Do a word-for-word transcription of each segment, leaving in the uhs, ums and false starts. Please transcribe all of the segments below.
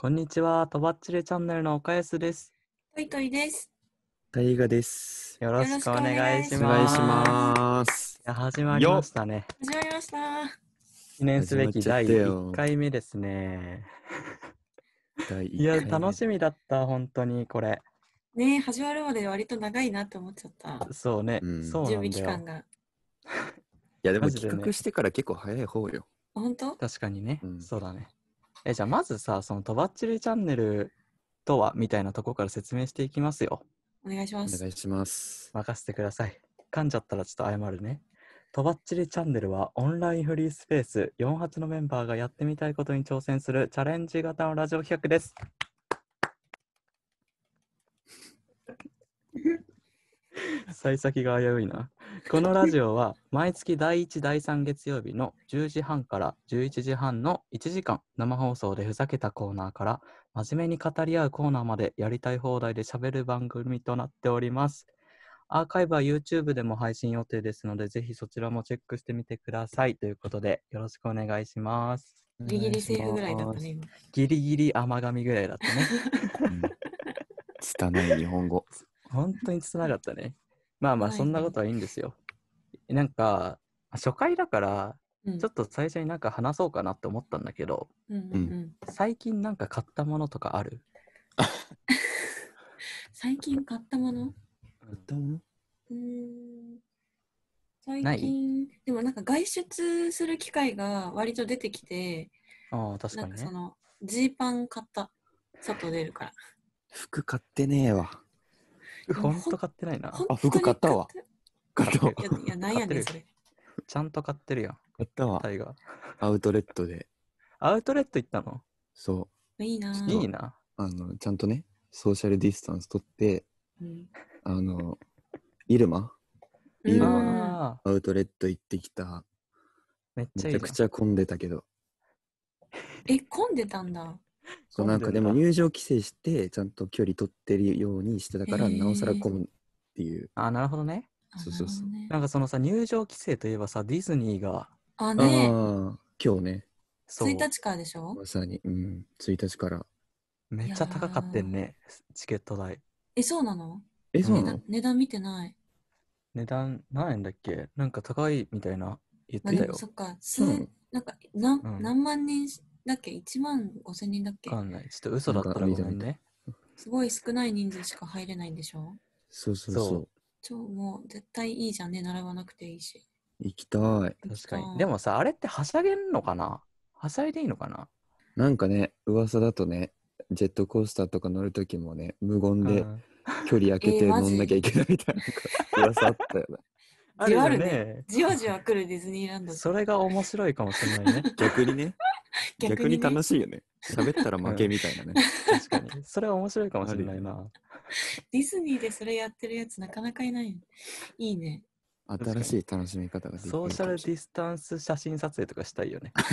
こんにちは、とばっちりチャンネルの岡安です。 トイトイです。 大河です。 よろしくお願いしお願いします。 ます。 いや、始まりましたね。 始まりました。 記念すべきだいいっかいめですね。 だいいや、 いっかいめ。 楽しみだった、本当にこれ。 ねえ、始まるまで割と長いなって思っちゃった。 そうね、 うんそう準備なんだよ。 期間が。 いやでもマジでね企画してから結構早い方よ。 あ、本当？ 確かにね、 うんそうだね。え、じゃあまずさ、そのとばっちりチャンネルとはみたいなとこから説明していきますよ。 お願いしまおす。 願いします。 任せてください。噛んじゃったらちょっと謝るね。とばっちりチャンネルはオンラインフリースペースよんじゅうはちのメンバーがやってみたいことに挑戦するチャレンジ型のラジオ企画です。幸先が危ういな。このラジオは毎月だいいち、だいさん月曜日のじゅうじはんからじゅういちじはんのいちじかん生放送でふざけたコーナーから真面目に語り合うコーナーまでやりたい放題で喋る番組となっております。アーカイブは YouTube でも配信予定ですので、ぜひそちらもチェックしてみてください。ということで、よろしくお願いします。 ギリギリセーフぐらいだったね、今。 ギリギリ甘噛みぐらいだったね。 うん、拙い日本語。 本当に拙かったね。まあまあ、そんなことはいいんですよ。なんか、初回だから、 うんちょっと最初になんか話そうかなって思ったんだけど、 うんうんうん最近なんか買ったものとかある？ 最近買ったもの買ったものうーん最ない？ 近、でもなんか外出する機会が割と出てきて、 ああ、確かにね。 なんかその、ジーパン買った。外出るから。 服買ってねえわ。 服ほんと買ってないな。 ほんあ、服買ったわ。買ったわ。 いや、いやなんやねん、それ。 ちゃんと買ってるやん。 買ったわ。 タイガー。 アウトレットで。 アウトレット行ったの？ そいいなぁ。 いいな。 う。あの、ちゃんとね、ソーシャルディスタンス取って、 うんあの、イルマイルマのああ、 アウトレット行ってきた。 めっちゃいいじゃん。 めちゃくちゃ混んでたけど。 え、混んでたんだ。 そうなんかでも入場規制してちゃんと距離取ってるようにしてたからなおさら混むっていう。 あ、なるほどね。 そうそうそう。 なんかそのさ、入場規制といえばさ、ディズニーが、 あね、 ああ、今日ね、 そう、 ついたちからでしょ？ まさに、うん、ついたちから。 めっちゃ高かってんね、チケット代。 え、そうなの？ え、そうなの？ 値段値段見てない。 値段何円だっけ？なんか高いみたいな言っまあでもてたよ。 そっか、数そうなの？ なんか何、 うん何万人だっけ？ いち 万ごせん人だっけ？ わかんない。ちょっと嘘だったらごめんね。 すごい少ない人数しか入れないんでしょ？ そうそうそう。 超もう絶対いいじゃんね、並ばなくていいし。 行きたい。 確かに。でもさ、あれってはしゃげんのかな？はしゃいでいいのかな？ なんかね、噂だとね、ジェットコースターとか乗るときもね、無言でうん距離空けてえーマジ乗んなきゃいけないみたいな、なんか噂あったよね。 あるよじわるね。 ね。 じわじわ来るディズニーランド。 それが面白いかもしれないね。 逆にね、逆に逆にね楽しいよね。喋ったら負けみたいなね。 確かに。それは面白いかもしれないな。 ディズニーでそれやってるやつなかなかいない。いいね。 新しい楽しみ方ができるソーシャルディススタンス写真撮影とかしたいよね。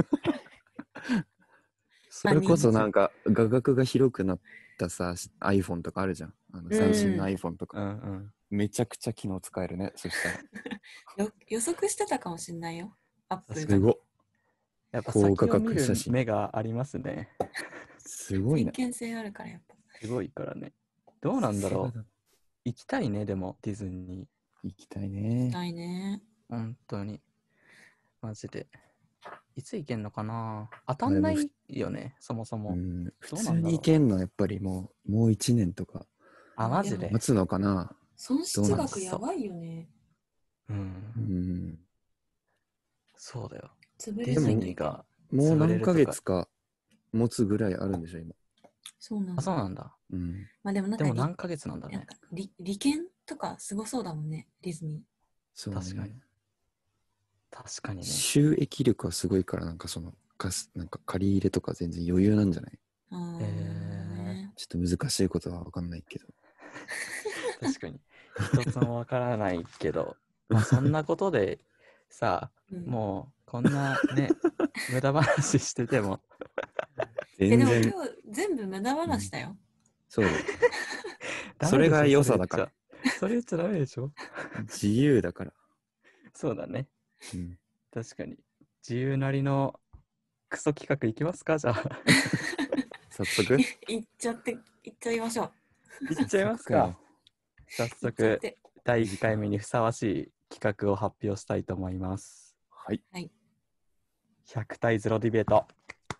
それこそなんか画角が広くなったさ iPhone とかあるじゃん。あの最新の iPhone とか、 うんうん。 めちゃくちゃ機能使えるね。そしたらよ予測してたかもしんないよ。アップルがすごっ。 やっぱ高画先を見る角写真目がありますね。 すごいね。 先見性あるからやっぱ。 すごいからね。どうなんだろう。行きたいね、でもディズニー。 行きたいね。 たいね。 本当に。マジで。いつ行けんのかな？当たんないよね、そもそも。 うん、普どうなんだろう通に行けんのやっぱりもうもういちねんとかあ、マジで。 待つのかな。 損失額やばいよね。 う。 うんん。 そうだよ。 潰ディズれないといけない。 ニーがもう潰れるとか何ヶ月か持つぐらいあるんでしょ今。 あ、 そうなんだ。 そうなんだ。 うん。 まあでもなんかりでも何ヶ月なんだね。 なんか利利権とかすごそうだもんね、ディズニー。 そうね。 確かに。確かにね。 収益力はすごいからなんかその貸すなんか借り入れとか全然余裕なんじゃない？ あーへねちょっと難しいことは分かんないけど。 確かに。一つもわからないけど、まあそんなことでさ、 うんもうこんなね、無駄話してても。 え全然。 でも今日全部無駄話だよ。 そうだよ。 ダメでしょそれが良さだから。 それ言っちゃダメでしょ。 自由だから。 そうだね。 うん。 確かに。自由なりのクソ企画いきますか、じゃあ。 早速いっちゃって、いっちゃいましょう。 いっちゃいますか。早いっちゃっ速、 て。 だいいっかいめにふさわしい企画を発表したいと思います。 はい。 ひゃくたいゼロディベート。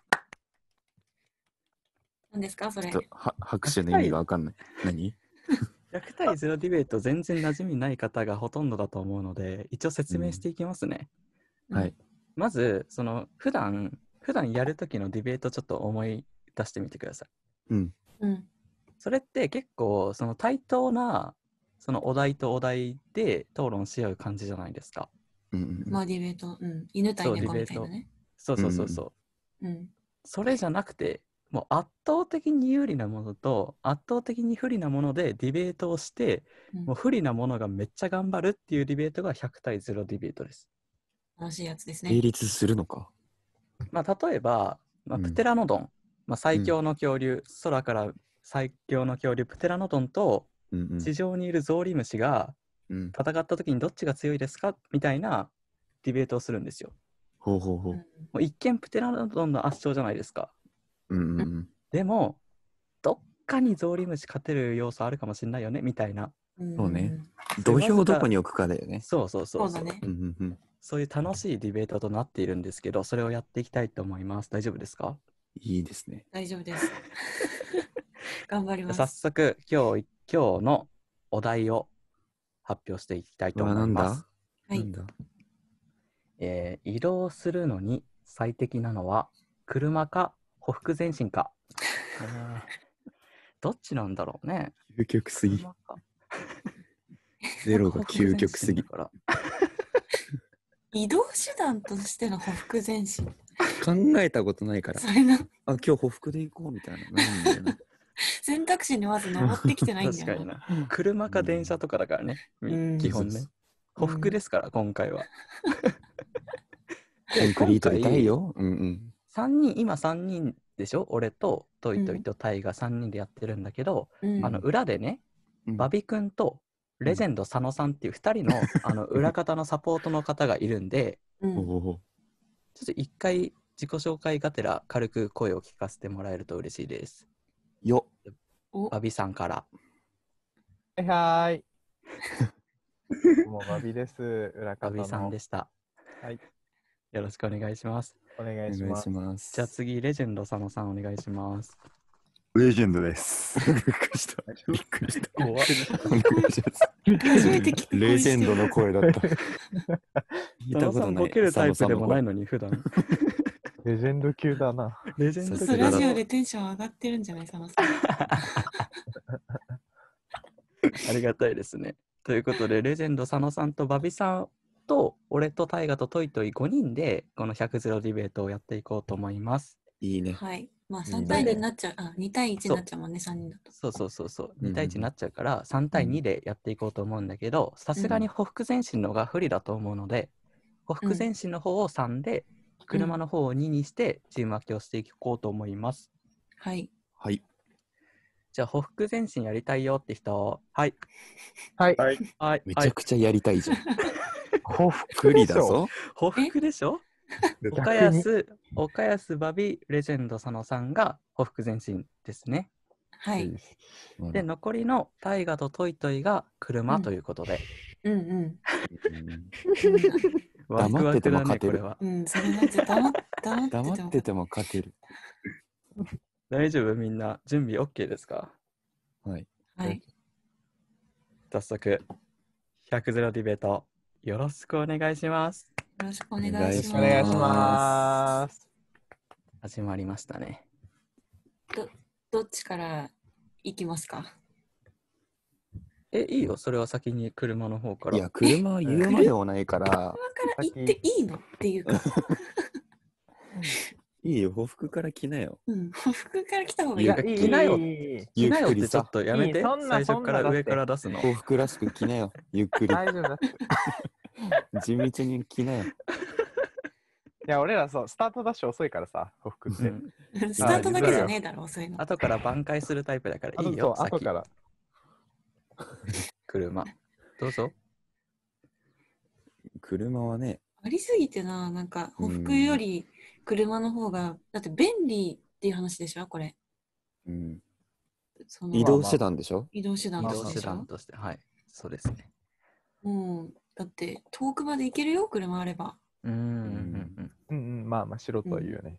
何ですかそれちょっ。とは拍手の意味がわかんない。何？ ひゃくたいゼロディベート全然馴染みない方がほとんどだと思うので、一応説明していきますね。 うんはい。 まず、その普段普段やるときのディベートちょっと思い出してみてください。 うん。 うん。 それって結構その対等なそのお題とお題で討論し合う感じじゃないですか。 うんうんうん。 まあディベート。うん。犬対猫みたいなね。 そうそうそうそう。 うん。 それじゃなくて、もう圧倒的に有利なものと圧倒的に不利なものでディベートをして、 うんもう不利なものがめっちゃ頑張るっていうディベートがひゃくたいゼロディベートです。 楽しいやつです成ね。 立するのか。 まあ、例えば、まあ、 うんプテラノドン、まあ、最強の恐竜、空から最強の恐竜プテラノドンとうんうん地上にいるゾウリムシがうん。 戦った時にどっちが強いですかみたいなディベートをするんですよ。 ほうほうほう。 うんもう一見プテラノドンの圧勝じゃないですか。 うんうんうん。 でもどっかにゾウリムシ勝てる要素あるかもしれないよねみたいな。 うんそうねん土俵をどこに置くかだよね。 そうそうそうそうだねうんうんうん。 そういう楽しいディベートとなっているんですけど、それをやっていきたいと思います。大丈夫ですか？ いいですね。 大丈夫です。頑張りま早す。 速今日今日のお題を発表していきたいとうわ、 思ないんだます。 はい。 なんだえー移動するのに最適なのは車かほふ前進か。えーどっちなんだろうね。 究極すぎ。 車かゼロが究極すぎ。 ほふ前進だか移動手段としてのほふ前進。 考えたことないから。 それな、 あ、今日ほふくで行こうみたいな。ないんだよな。 選択肢にまず登ってきてないらんだよな。 確かにな。車か電車とかだからね。 うん基本ねそうそ。 ほふですから、今回は。 コンクリートでたいよ。うんうん。 さんにん、今さんにんでしょ。俺とトイトイとタイがさんにんでやってるんだけど、 うんあの裏でね、 うんバビ君とレジェンド佐野さんっていうふたりの、あの裏方のサポートの方がいるんで、 うんほうほうほう。 ちょっと一回自己紹介がてら軽く声を聞かせてもらえると嬉しいです。 よおバビさんから。 はいはーい。どうもバビです。裏方の。 バビさんでした。 はい。 よろしくお願いします。 お願いしますお願いし。ます。 じゃあ次、レジェンド佐野さんお願いします。 レジェンドです。 びっくりした。びっくりした。 怖っびっくりした初めて聞くレジェンドの声だった。聞い佐野さたことない。 んボケるタイプでもないののに普段。 レジェンド級だな。 レジェンドさすがだラジオでテンション上がってるんじゃない佐野さん。 ありがたいですね。ということで、レジェンド佐野さんとバビさんと俺とタイガとトイトイごにんでこのひゃくゼロディベートをやっていこうと思います。 いいね。 はい。まあいいねさん対にになっちゃう。あ、に対いちになっちゃうもんね、さんにんだと。 そうそうそうそう。 うんうんに対いちになっちゃうからさん対にでやっていこうと思うんだけど、さすがにほふ前進のが不利だと思うので、ほふ前進の方をさんで、車の方をににしてチーム分けをしていこうと思います。 はい。 はい。 じゃあ、ほふ前進やりたいよって人、はい。 はい。 はい。 はい。 めちゃくちゃやりたいじゃん。 幸福不利だぞ。 ほふでしょ岡逆に。 安、岡安バビ、レジェンド佐野さんがほふ前進ですね。 はい。 で、残りのタイガとトイトイが車うんということで。 うんうん。 うんワクワクだね、これは。 うん、うん、それなんて黙っ黙ってても黙ってても勝てる。 大丈夫みんな、準備 OK ですか？ はい。 はい。 早速、ひゃくゼロディベート、よろしくお願いします。 よろしくお願いしお願います。 しますお願いします。 始まりましたね。 どっちから行きますか？ え、いいよ、それは先に車の方から。 いや、車は言うまでもないから、 車から行っていいのっていうか、 いいよ、ほふくから来なよ。 うん、服から来た方がいい。 いや着なよいいいいいいゆっ着なよってちょっくりさ、 とやめて。 いいそんな最初からそんなだって上から出すの。 ほふくらしく来なよ。ゆっくり。 大丈夫だって。い地道に来なよ。 や、俺らそう、スタートダッシュ遅いからさ、幸福って。 うんスタートだけじゃねえだろ、そういうの。 後から挽回するタイプだからあといいよ、 そう、後先から。 車。どうぞ。 車はね、 ありすぎてな、なんか、歩服より車の方が、だって便利っていう話でしょ、これ。 うん、 その移動手段でしょ？ 移動手段移動手としてでしょ。 段として、はい。そうですね。 もう、だって遠くまで行けるよ、車あれば。 うーん。うんうんうんうん、まあまあ、素人は言うよね。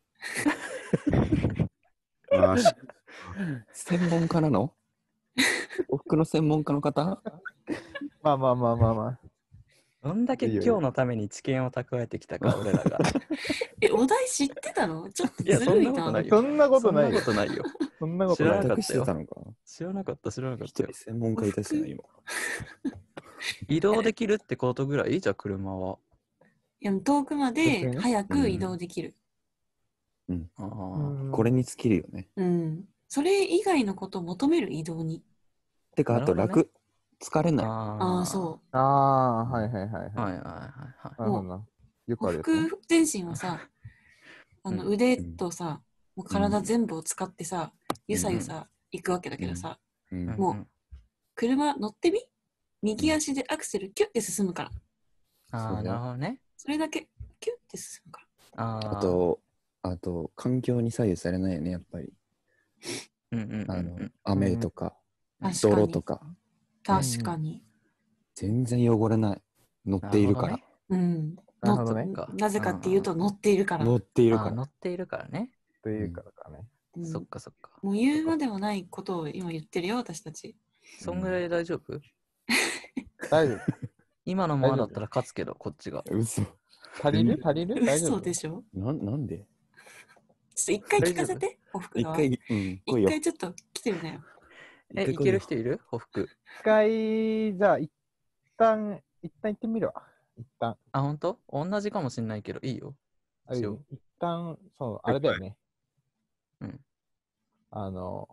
まあ、し専門家なの？お服の専門家の方？ まあまあまあまあまあ。 どんだけ今日のために知見を蓄えてきたか、俺らが。 え、お題知ってたの？ちょっといやずるいな。 そんなことないよそんなことないそんなよ。 ことないよ。 そんなことない知らな。かった全くしてたのか。 知らなかった、知らなかったよ一人。専門家いたしな、今。 移動できるってことぐらいじゃあ車は。 いや遠くまで別にね早く移動できる。 ああ。 うんこれに尽きるよね。 うん。それ以外のことを求める移動に。 てか、あとなるほど楽、疲れない。 あああ、そああ、はいはいはいはい。 う。はいはいはいはい。 なるほどな。よう。ほくあるやつね。 ふ全身はさ、あのうん腕とさ、もう体全部を使ってさ、ゆさゆさ行くわけだけどさ、 うんもう車乗ってみ右足でアクセルキュッて進むから。 ああ、 そうだよなるほどね。 それだけキュッて進むから。 あーあ、と、あと、環境に左右されないよね、やっぱり。 うんうんうんあのうん、 雨とか、 確かに。 泥とか、 確かに。 全然汚れない。乗っているから。 なるうん。 なるほどね乗っなぜかっていうと乗っているから。 乗っているあーから。 乗っているからね。 というからかね。 うんそっかそっか。 もう言うまでもないことを今言ってるよ、私たち。 そんぐらいで大丈夫？ 大丈夫。 今のままだったら勝つけど、こっちが。 嘘。 足りる足りる大丈夫嘘でしょ。 ななんで？ ちょっと一回聞かせて、おふくろは。 一回、うん、来いよ。 一回ちょっと来てみなよ。 え、いける人いる？ほふく。 一回、じゃあ、一旦、一旦行ってみるわ。一旦。 あ、ほんと？同じかもしんないけど、いいよ。 あ一応一旦、そう、あれだよね。 うん。 あの、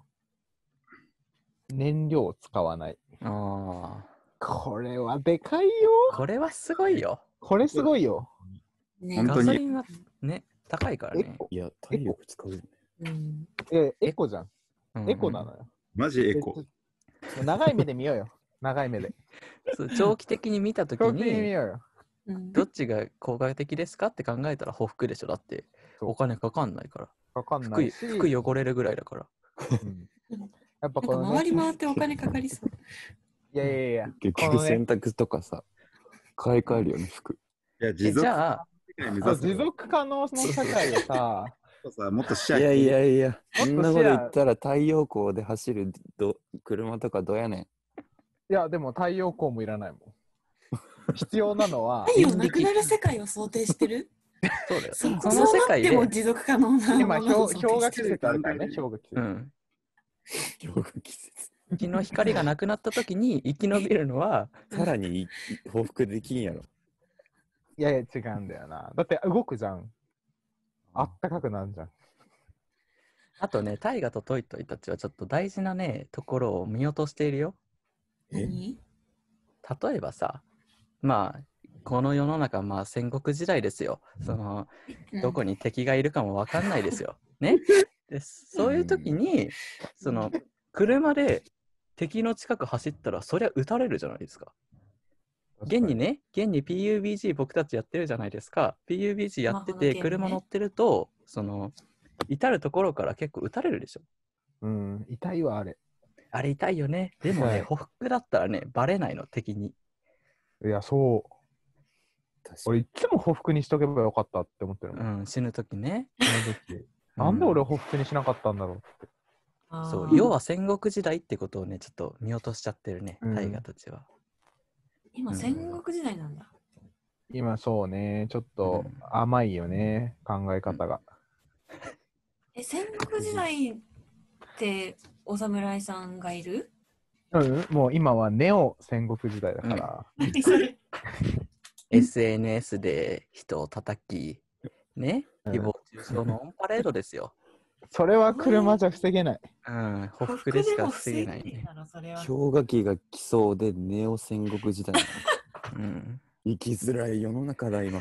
燃料を使わない。 あこれはでかいよ。 あ。これはすごいよ。 これすごいよ。 ね本当にガソリンはね、高いからね。 いや、体力使うよね。 うん。 え、エコじゃん。 うんうんエコなのよ。 マジエコ。 長い目で見ようよ。長い目で。 そう長期的に見たとき長期的に見に、 ようよ。 うんどっちが効果的ですかって考えたら、ほふくでしょ。だって、 そうお金かかんないから。 かかんな服いし。 服汚れるぐらいだから。 うんやっぱなんかこのね、 回り回ってお金かかりそう。 いやいやいや、 結このね局洗濯とかさ、買い替えるよね、服。 いや、 え持続じゃあ、 世界目そう指す持続可能の社会をさ、 とさ、もっと視野いやいやいや、そんなこともっとシェア言ったら太陽光で走るど車とかどやねん。 いや、でも太陽光もいらないもん。必要なのは、 太陽なくなる世界を想定してる。 そうだよ。 そその世界でもで、 持続可能な今、 ものを氷想氷河季定してる。 節あるからね、氷河季節。 うん。 氷河季節。 日の光がなくなったときに生き延びるのは、 さらに報復できんやろ。 いやいや、違うんだよな。だって動くじゃん。あったかくなるじゃん。 あとね、タイガとトイトイたちはちょっと大事なね、ところを見落としているよ。 え何？ 例えばさ、まあ、この世の中、まあ戦国時代ですよ。その、どこに敵がいるかもわかんないですよ。ね。でそういう時に、その、車で敵の近く走ったら、そりゃ撃たれるじゃないですか。現にね、現に ピーユービージー 僕たちやってるじゃないですか。ピーユービージー やってて、 スマホのゲームね車乗ってると、その、至るところから結構撃たれるでしょ。 うん、痛いわ、あれ。 あれ痛いよね。でもね、 はいほふくだったらね、バレないの、敵に。 いや、そう。 確か俺、いつもほふくにしとけばよかったって思ってるうもん。 ん、死ぬ時ね。 その時なんで俺ほふくにしなかったんだろうって。 そう、 あー要は戦国時代ってことをね、ちょっと見落としちゃってるね、 うん大河たちは。 今、戦国時代なんだ。 今、そうね、ちょっと甘いよね、考え方が。 え、戦国時代ってお侍さんがいる？ うん、もう今はネオ戦国時代だから。 何それ？ エスエヌエス で人を叩き、ね、 うん誹謗中傷のオンパレードですよ。 それは車じゃ防げない。 うん、ほふくでしか防げないね。 だろそれは。 氷河期が来そうでネオ戦国時代なの。 うん。 生きづらい世の中だ、今。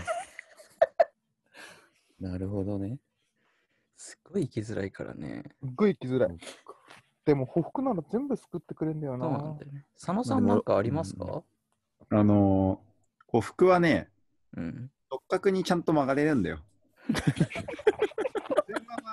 なるほどね。 すっごい生きづらいからね。 すっごい生きづらい。でも、ほふくなら全部救ってくれんだよな。 そうなんだよね。佐野さんなんかありますまあでか？ あのー、ほふくはね、 うん。 直角にちゃんと曲がれるんだよ。車はね、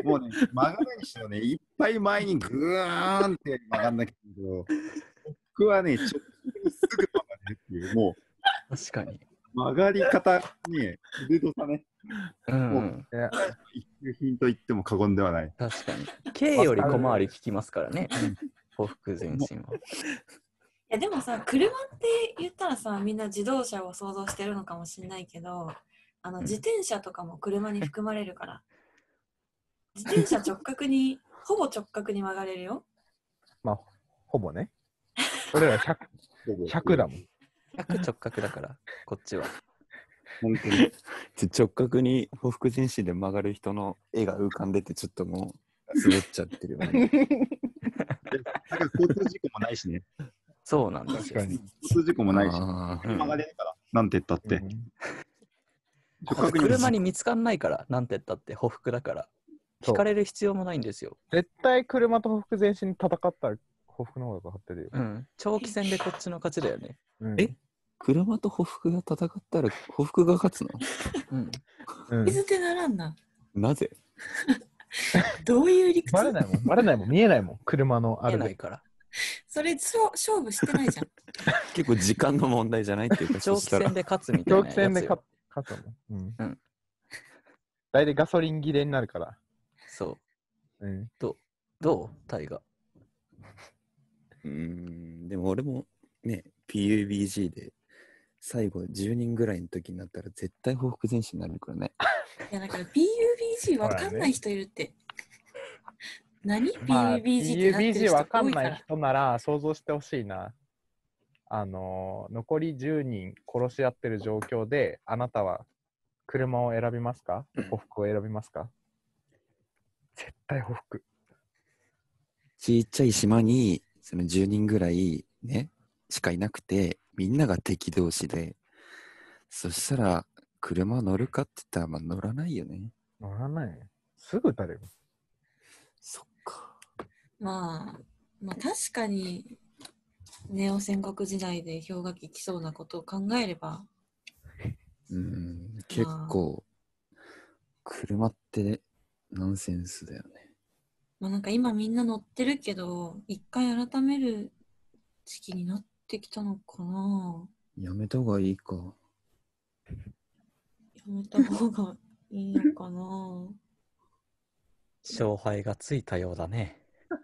もうね、曲がるにしてもね、いっぱい前にグーンって曲がんなきゃいけないけど、僕はね、直角にすぐ曲がるっていう、も確かに。 う曲がり方ね、鋭さね、 うん、うん。 いや一級品と言っても過言ではない。 確かに。K より小回り効きますからね。ほふ前進は。 いやでもさ、車って言ったらさ、みんな自動車を想像してるのかもしれないけど、あのうん自転車とかも車に含まれるから。自転車直角に、ほぼ直角に曲がれるよ。 まあ、ほぼね。俺らひゃく、ひゃくだもん。 ひゃく直角だから、こっちは。 本当に。 ちょ直角にほふ前進で曲がる人の絵が浮かんでて、ちょっともう滑っちゃってるよね。 だから交通事故もないしね。 そうなんですよ。 確かに。 交通事故もないし、 あーうん曲がれるから、なんて言ったって。 うん直角にも車に見つかんないから、なんて言ったって、ほふだから。 そう引かれる必要もないんですよ。 絶対車とほふ前進に戦ったら、ほふの方が勝ってるよ。 うん。長期戦でこっちの勝ちだよね。 うんえ車とほふが戦ったらほふが勝つの？ うん。 うん水ってならんな。 なぜ？ どういう理屈？ バレないもん、バレないもん、見えないもん、車のあれで。 見えないから。 それそう勝負してないじゃん。 結構時間の問題じゃないっていうか、 長期そしたら戦で勝つみたい長なやつ期戦で勝よ。 勝つもん。うん。 うん大体ガソリン切れになるから。 そう。 うん。 どうタイガ。 うーん、でも俺もね、ピーユービージー で最後じゅうにんぐらいの時になったら絶対ほふ前進になるからね。 いやだから ピーユービージー わかんない人いるって。何まあ、 ?ピーユービージー ってなってるピーユービージー人わかん多いから。 ない人なら想像してほしいな。あのー、残りじゅうにん殺し合ってる状況で、あなたは車を選びますか？ほふを選びますか？絶対ほふ。 ちっちゃい島にそのじゅうにんぐらいね、しかいなくて、みんなが敵同士で、そしたら車乗るかって言ったらまあ乗らないよね。 乗らない。すぐ撃たれる。 そっか。 まあ、まあ確かに、ネオ戦国時代で氷河期来そうなことを考えれば、 うーん、結構、車ってナンセンスだよね。 まあなんか今みんな乗ってるけど、一回改める時期になってきたのかな。 やめた方がいいか。 やめた方がいいのかな。 勝敗がついたようだね。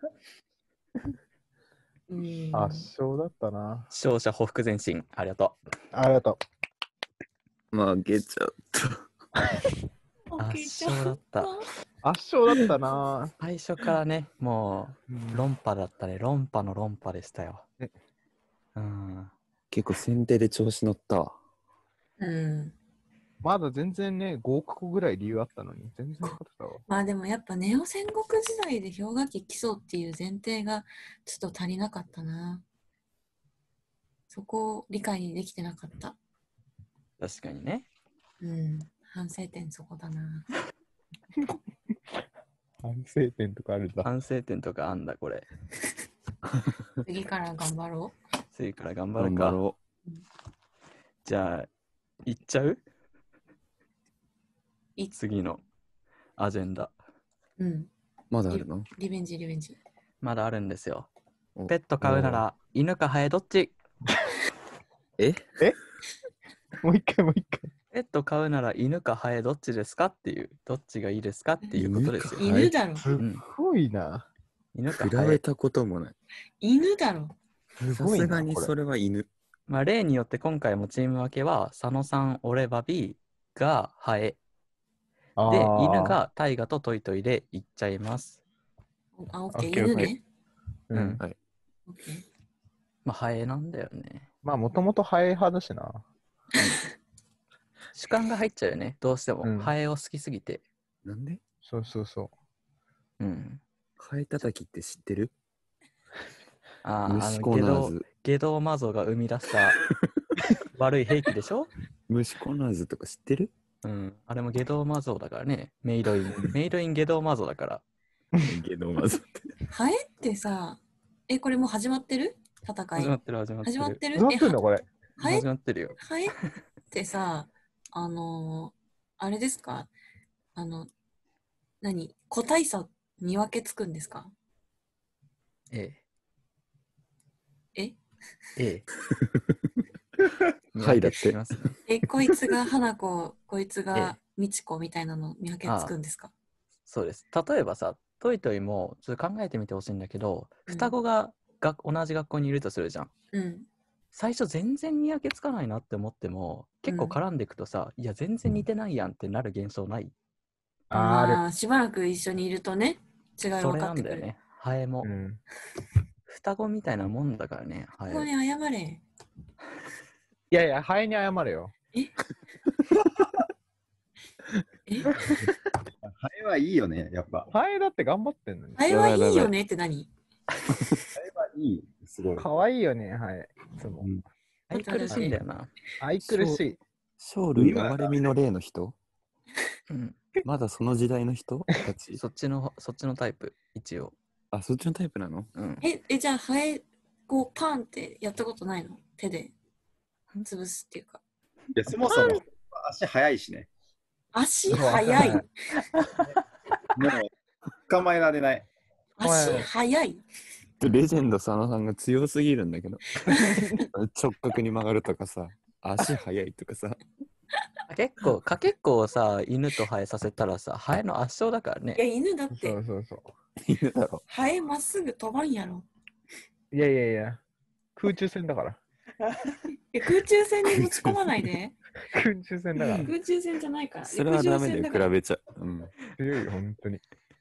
うん。 圧勝だったな。 勝者ほふ前進。ありがとありがとまあ、ゲちゃうと。 圧勝だった。 う。圧勝だったな。 最初からね、もう論破だったね。論破の論破でしたよえ。 うん。 結構先手で調子乗ったわ。 うん。 まだ全然ね、ごおくこぐらい理由あったのに、全然勝てたわ。 まあでもやっぱネオ戦国時代で氷河期来そうっていう前提がちょっと足りなかったな。そこを理解できてなかった。 確かにね。 うん。反省点そこだな。 反省点とかあるんだ。 反省点とかあんだ、これ。 次から頑張ろ次から頑張る頑か。 張ろじゃあ、いっちゃうう。い次のアジェンダ。 うん。 う。まだあるの？ リベンジリベンジ。 まだあるんですよ。 おペット飼うなら犬かハエどっち？ えもう一回もう一回。 ペット飼うなら犬かハエどっちですかっていう、どっちがいいですかっていうことですよ。 犬か犬だろ。 すっごいな。 犬かハエ。 比べたこともない。 犬だろ。 さすごいな。 すがにこれそれは犬。 まあ、例によって今回もチーム分けは、佐野さん、俺バビーがハエ。で、 あー犬。がタイガとトイトイでいっちゃいます。 あ、オッケー、 オッケー犬ね。 ううんん。 はい。 オッケー。 まあ、ハエなんだよね。 まあ、もともとハエ派だしな。 主観が入っちゃうよね。どうしても。 うんハエを好きすぎて。 なんで？ そうそうそうん。 ハエ叩きって知ってる？ ああ、あ虫のゲドコナーズ。 ゲドマゾが生み出した悪い兵器でしょ？ 虫コナーズとか知ってる？ うん。あれもゲドマゾだからね。メイドイン。メイドインゲドマゾだから。 ゲドマズって。 ハエってさ、え、これもう始まってる戦い。 始まってる、始まってる。 始まってるう。どうなってんのえこれ。 ハエ始まってるよ。 ハエってさ、あのー、あれですかあの、 何個体差見分けつくんですか？ えええ。ええ。 はいだって見分けつきますねえ、こいつが花子、こいつえが美智子みたいなの見分けつくんですか？ そうです。例えばさ、トイトイもちょっと考えてみてほしいんだけど、 うん双子がが同じ学校にいるとするじゃん。 うん。 最初全然見分けつかないなって思っても、結構絡んでいくとさ、いや全然似てないやんってなる現象ない？ ある。 ああ、しばらく一緒にいるとね、違いそれ分かってくる。 なんだよね。ハエも。 うん。 双子みたいなもんだからね、ハここにエ。 謝れ。 いやいや、ハエに謝れよ。 えハエはいいよね、やっぱ。 ハエだって頑張ってんのに。 あれはいいよねって何？ ハエはいい、すごい。 かわいいよね、ハエ。いつもう。ん愛くるしいんだよな。 愛くるしい。 生類憐れみの例の人うん。 まだその時代の人たちそっちの、そっちのタイプ、一応。 あ、そっちのタイプなのうん。 え、え、じゃあ、ハエ、こう、パンってやったことないの？手で潰すっていうか。 いや、そもそも足早いしね。 足速い。 もう捕まえられない。 足速い。 レジェンド佐野さんが強すぎるんだけど直角に曲がるとかさ、足速いとかさ。 結構、かけっこをさ、犬とハエさせたらさ、ハエの圧勝だからいや、 ね。 犬だってそう、そうそいるだろ。 ハエまっすぐ飛ばんやろ。 う。いやいやいや、空中戦だから。 いや空中戦に持ち込まないで。 空中戦だから。 空中戦じゃないから。 それはダメだよ、 陸上戦から比べちゃ。うん。 強いよ、本当に。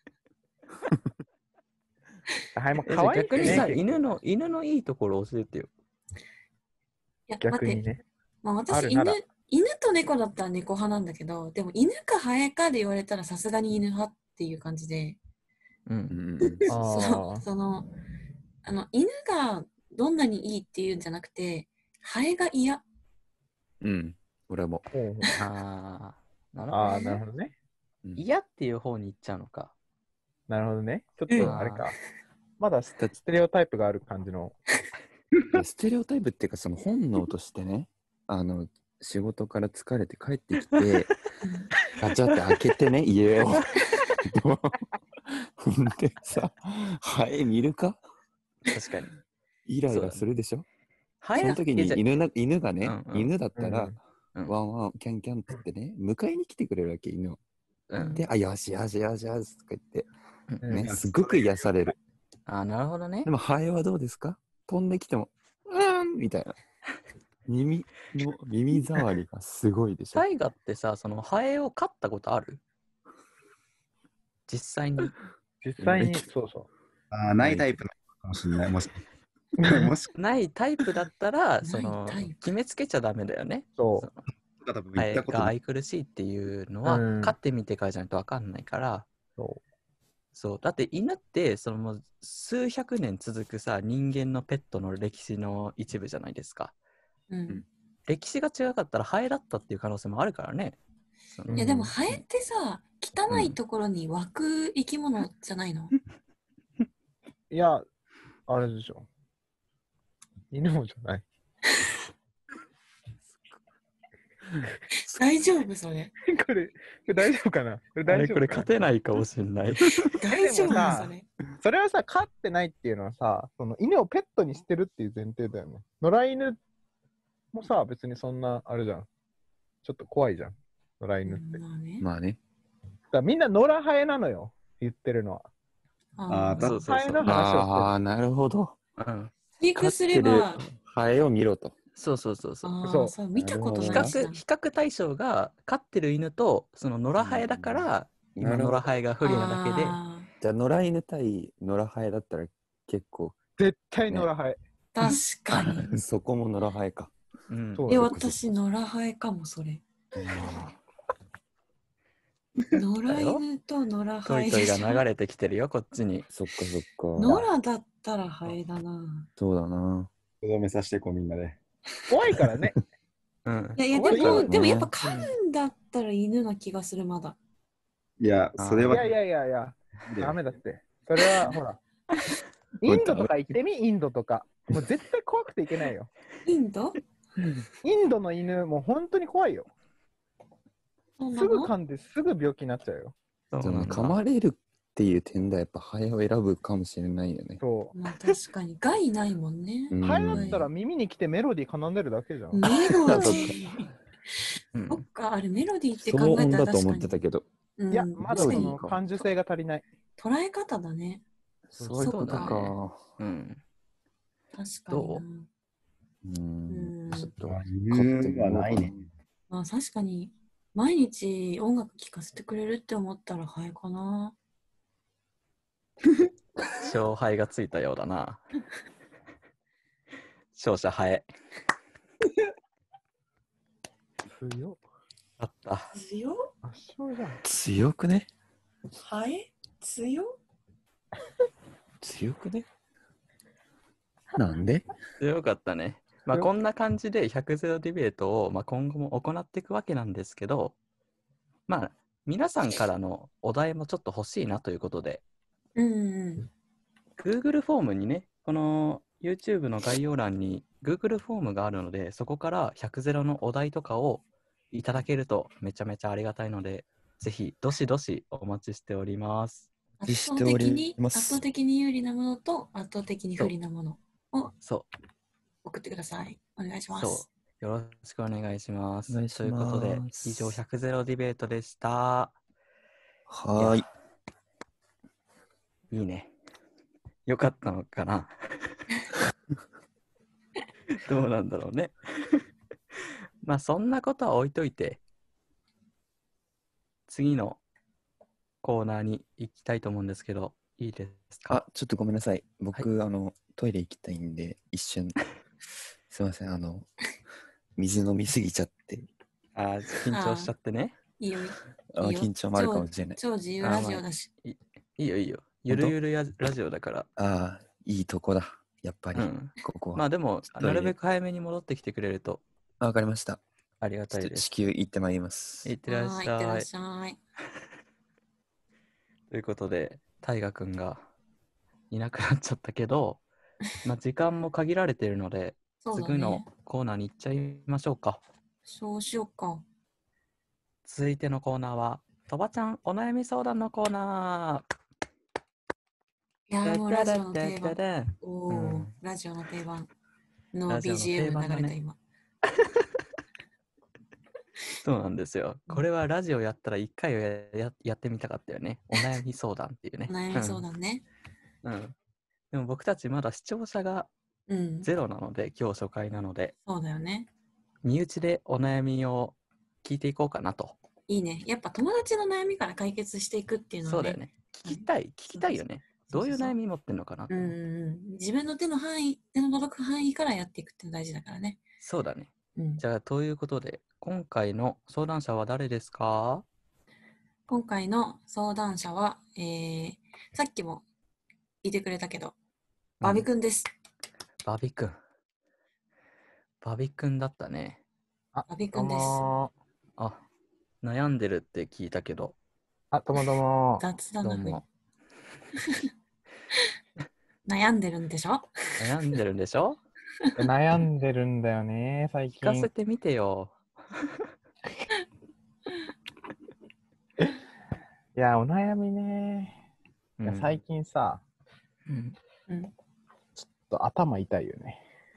ハエもえ可愛い逆にさ、 ね犬の、犬のいいところ教えてよ。 いや、 逆待って。 にね。 まあ、私犬あるなら、 犬と猫だったら猫派なんだけど、でも犬かハエかで言われたらさすがに犬派っていう感じで、 う。 うんんうんあそーその、あの、犬がどんなにいいっていうんじゃなくて、ハエが嫌。 うん。うん。俺も。 ほうほうあー、なるああ、 ほど、ね。 なるほどね。 うん嫌っていう方に行っちゃうのか。 なるほどね。ちょっうんとあれか。まだスステレオタイプがある感じの。 いやステレオタイプっていうか、その本能としてね、あの、仕事から疲れて帰ってきて、ガチャって開けてね、家を。ほんでさ、ハエ見るか確かに。 イライラするでしょ。 ハエその時にいやじゃ犬な犬がね、 うんうん犬だったら、 うんうんワンワン、キャンキャンって言ってね、迎えに来てくれるわけ、犬を。 うんで、あ、よしよしよしよしとか言って、 うんね、すごく癒される。 あー、なるほどねで。も、ハエはどうですか？飛んできても、うーんみたいな。耳の、耳障りがすごいでしょ。 タイガってさ、そのハエを飼ったことある？実際に。 実際に、そうそあーないタイプなのかもしれない。もしう。 もしないタイプだったら、そのないタイプ決めつけちゃダメだよね。 そそのか多分ハエ行ったことない。 が愛くるしいっていうのは、 うん飼ってみてからじゃないと分かんないから、 そそう。だって犬って、そのもう数百年続くさ、人間のペットの歴史の一部じゃないですか。 うん。 歴史が違かったらハエだったっていう可能性もあるからね。そのいや、でもハエってさ、汚いところに湧く生き物じゃないの？ う。いや、あれでしょ。犬もじゃない。 大丈夫それ。 これ、これ大丈夫かなこれあれこれ大丈夫かな勝てないかもしれない。 大丈夫さそれ。 それはさ、飼ってないっていうのはさ、その犬をペットにしてるっていう前提だよね。野良犬もさ、別にそんな、あれじゃん。ちょっと怖いじゃん。野良犬って。だかまあね。 まあね。 らみんな野良ハエなのよ。言ってるのは。 あーあーそうそうそうハエの。話をしてる。 ああ、なるほど。 うん。 飼育すれば、 ハエを見ろと。 そうそうそうそう。 そうああ、そう、見たこと比ないしな較、比較対象が飼ってる犬と、その野良ハエだから、今野なるほど良ハエが不利なだけで、 あじゃあ、野良犬対野良ハエだったら結構、 絶対野良ハエ。 ー確かに。 そこも野良ハエか。 うんそうえ、私、野良ハエかも、それ。野良犬と野良トハエイトイが流れ。 れてきてるよ、こっちに。 そっかそっか。 野良だったらハエだな。 そうだな。 とどめさせていこう、みんなで。 怖いからね。 うんい。やいや、で怖いからも、 ねでもやっぱ飼うんだったら犬な気がする、まだ。 いや、それは。 いやいやいやいや、ダメだって。それは、ほら。インドとか行ってみ、インドとか。もう絶対怖くていけないよ。 インドインドの犬、もう本当に怖いよ。すぐそうなの？ 噛んですぐ病気になっちゃうよ。 そのそうなんだ噛まれるっていう点ではやっぱハエを選ぶかもしれないよね。 そまあ確かに害ないもんね。 うんう。ハエだったら耳に来てメロディー奏でるだけじゃん。 メロディそっー。 うんそっか、あれメロディーって騒考え音だと思たら確かに。 ってたけど。 うん、 いや、まだそ確かにの感受性が足りない。 捉え方だね。 そういうことそうだねか。 うん。 確かにな。 どうううんん。 ちょっとあ買って犬はないね。 まあ確かに、毎日音楽聴かせてくれるって思ったらハエかな。 勝敗がついたようだな。勝者ハエ。 強っ。 あった。 強っ圧勝じゃん。 強くねハエ強っ強くねなんで強かったね。まあよこんな感じでひゃくゼロディベートをまあ今後も行っていくわけなんですけど、まあ皆さんからのお題もちょっと欲しいなということで、 うんうん。 Google フォームにね、この YouTube の概要欄に Google フォームがあるので、そこからひゃくゼロのお題とかをいただけるとめちゃめちゃありがたいので、ぜひどしどしお待ちしております。 圧して倒おり的に、 ます圧倒的に有利なものと圧倒的に不利なものをそ送ってください。お願いしう、 ます。 そう。よろしくお願いします。 お願いしということでま、す以上ひゃくゼロディベートでした。 はーい。 いやいいね。よかったのかなどうなんだろうね。まあそんなことは置いといて、次のコーナーに行きたいと思うんですけど、いいですか？ あ、ちょっとごめんなさい。僕、あの、トイレ行きたいんで、一瞬。すいません、あの、水飲みすぎちゃって。 あー緊張しちゃってね。 いいよ。 あいいよ緊張もあるかもしれない。 超自由ラジオだし。 いいよいいよ。ゆるゆるやラジオだから。 ああ、いいとこだ。やっぱり、 うん。 ここは。 まあでも、 トイレなるべく早めに戻ってきてくれるとあわかりました。 ありがちょっと地たいです。 球行ってまいります。 いってらっしはい、いってらゃい。 っしゃい。 ということで、大河くんがいなくなっちゃったけど、まあ時間も限られているので、 そうだ次のね。 コーナーに行っちゃいましょうか。 そうしようか。 続いてのコーナーは、とばちゃんお悩み相談のコーナいやー。 ーもうラジオの定番。 ダダダダダおお、 うんラジオの定番のラジオの定ビージーエム番だね流れた今。 そうなんですよ。これはラジオやったら一回はやややってみたかったよね。お悩み相談っていうね。 お悩み相談ね。 うん。うん。でも僕たちまだ視聴者がうん。 ゼロなので、今日初回なので、 そうだよね。 身内でお悩みを聞いていこうかなと。 いいね。やっぱ友達の悩みから解決していくっていうのはね。 そうだよね。聞きたい、聞きたいよね。どういう悩みみ持ってんのかなとうんうんうん。自分の手の範囲、手の届く範囲からやっていくっていうの大事だからね。 そうだね。 うん。 じゃあ、ということで、今回の相談者は誰ですか？ 今回の相談者は、えー、さっきも言ってくれたけど、バビくんです。 バビくん。バビくんだったね。 あ、 バビどうんくですもあ、悩んでるって聞いたけど、 ー。あ、どうもどうもー。 雑だな、 どうも。 悩んでるんでしょ悩んでるんでしょ？ え悩んでるんだよね、最聞かせ近。 てみてよ。 いや、お悩みね。いやうん最近さ、 うんうん。 ちょっと頭痛いよね。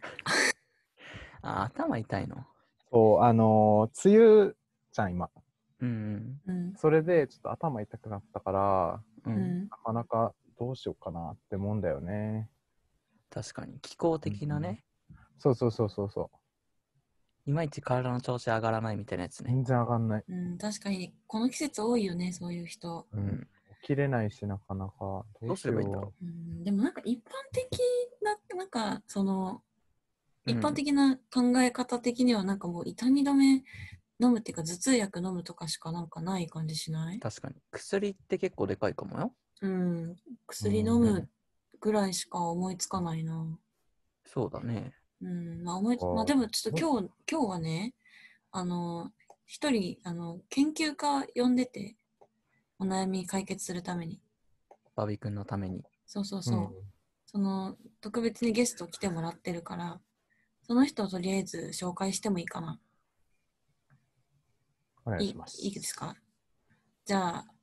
あ、頭痛いの。 そう、あのー、梅雨じゃん、今。 うんうん。 それで、ちょっと頭痛くなったから、 うん。う。 うんん。 なかなかどうしようかなって思うんだよね。 確かに、気候的なね、 そうそうそうそうそう。 いまいち体の調子上がらないみたいなやつね。 全然上がんない。 うん、確かに、この季節多いよね、そういう人。 う。 うんん。 起きれないし、なかなか。どどうすればいいんだろうん、でもなんか一般的な、なんかその、 う。 一般的な考え方的にはなんかもう痛み止め飲むっていうか頭痛薬飲むとかしかなんかない感じしない？ 確かに。薬って結構でかいかもよ。 うん、薬飲むぐらいしか思いつかないな。 そうだね。 うん、まあ思い、 あーまあでもちょっと今日、今日はね、あの、一人、あの、研究家呼んでて、お悩み解決するために。 バビ君のために。 そうそうそう。その、特別にゲスト来てもらってるから、その人をとりあえず紹介してもいいかな。 お願いいいします。 いいですか？じゃあ、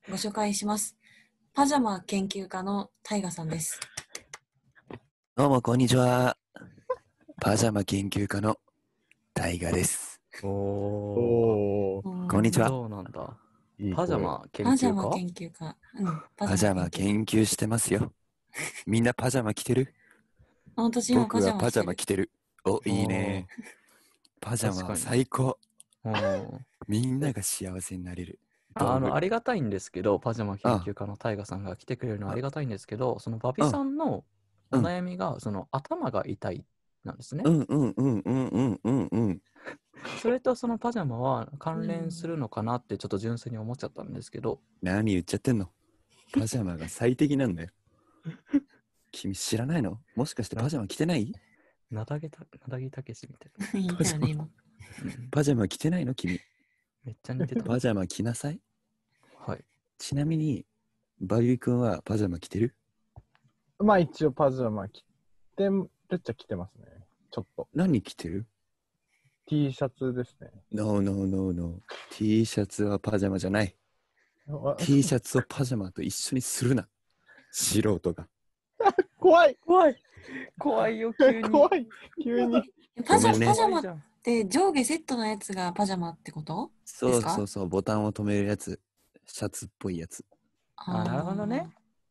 ご紹介します。パジャマ研究家のタイガさんです。 どうもこんにちは。パジャマ研究家のタイガです。 おおー、 こんにちは。 そうなんだ。 いい声パジャマ研パジャマ究家研究家。うん、 パジャマ研究してますよ。みんなパジャマ着てる？ あ、私今僕パジャマはパジャマ着てる。 着てる。お、いいね。パジャマは最高。 うんみんなが幸せになれる。 ああの、ありりがたいんですけど、パジャマ研究家のタイガさんが来てくれるのはありがたいんですけど、そのバビさんのお悩みが、その頭が痛いなんですね。 うんうんうんうんうんうんうん。 それとそのパジャマは関連するのかなってちょっと純粋に思っちゃったんですけど。 何言っちゃってんの？パジャマが最適なんだよ。君知らないの？もしかしてパジャマ着てない？ なだげた、なだぎたけしみたいな。 言ったよね、今。 うんパジャマ着てないの君？ めっちゃ似てた。 パジャマ着なさい。 はい。 ちなみに、バビ君はパジャマ着てる？ まあ一応パジャマ着てるっちゃ着てますね。ちょっと。 何着てる？ T シャツですね。 No, no, no, no. T シャツはパジャマじゃない。 あ T シャツをパジャマと一緒にするな。素人が。 怖い怖い怖いよ、急に。 怖い急に。 パジャごめんねパジャマっ怖いじゃんて上下セットのやつがパジャマってことそうですかそうそう、ボタンを止めるやつ。シャツっぽいやつ。 あ、なるほどね。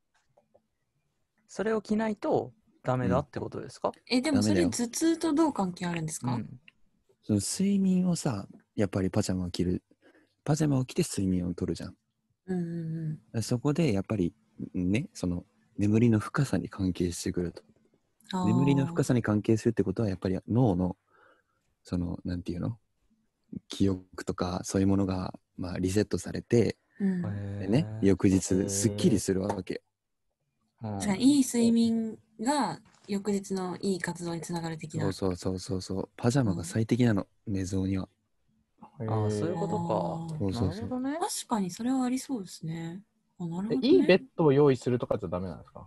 それを着ないとダメだってことですか？ え、でもそれダメだよ頭痛とどう関係あるんですか、 うん。 その睡眠をさ、やっぱりパジャマを着る。パジャマを着て睡眠をとるじゃん。 うんうんうん。 そこでやっぱりね、その眠りの深さに関係してくると。 あー眠りの深さに関係するってことはやっぱり脳のそのなんていうの記憶とかそういうものがまあリセットされて、 うんでね、翌日すっきりするわけ。 うんじゃあいい睡眠が翌日のいい活動につながる的な。 そうそうそうそうそう。パジャマが最適なの、寝相には。 ああ、そういうことか。 あーそうそうそうなるほどね。 確かにそれはありそうですね。あ、なるほど、ね。 いいベッドを用意するとかじゃダメなんですか？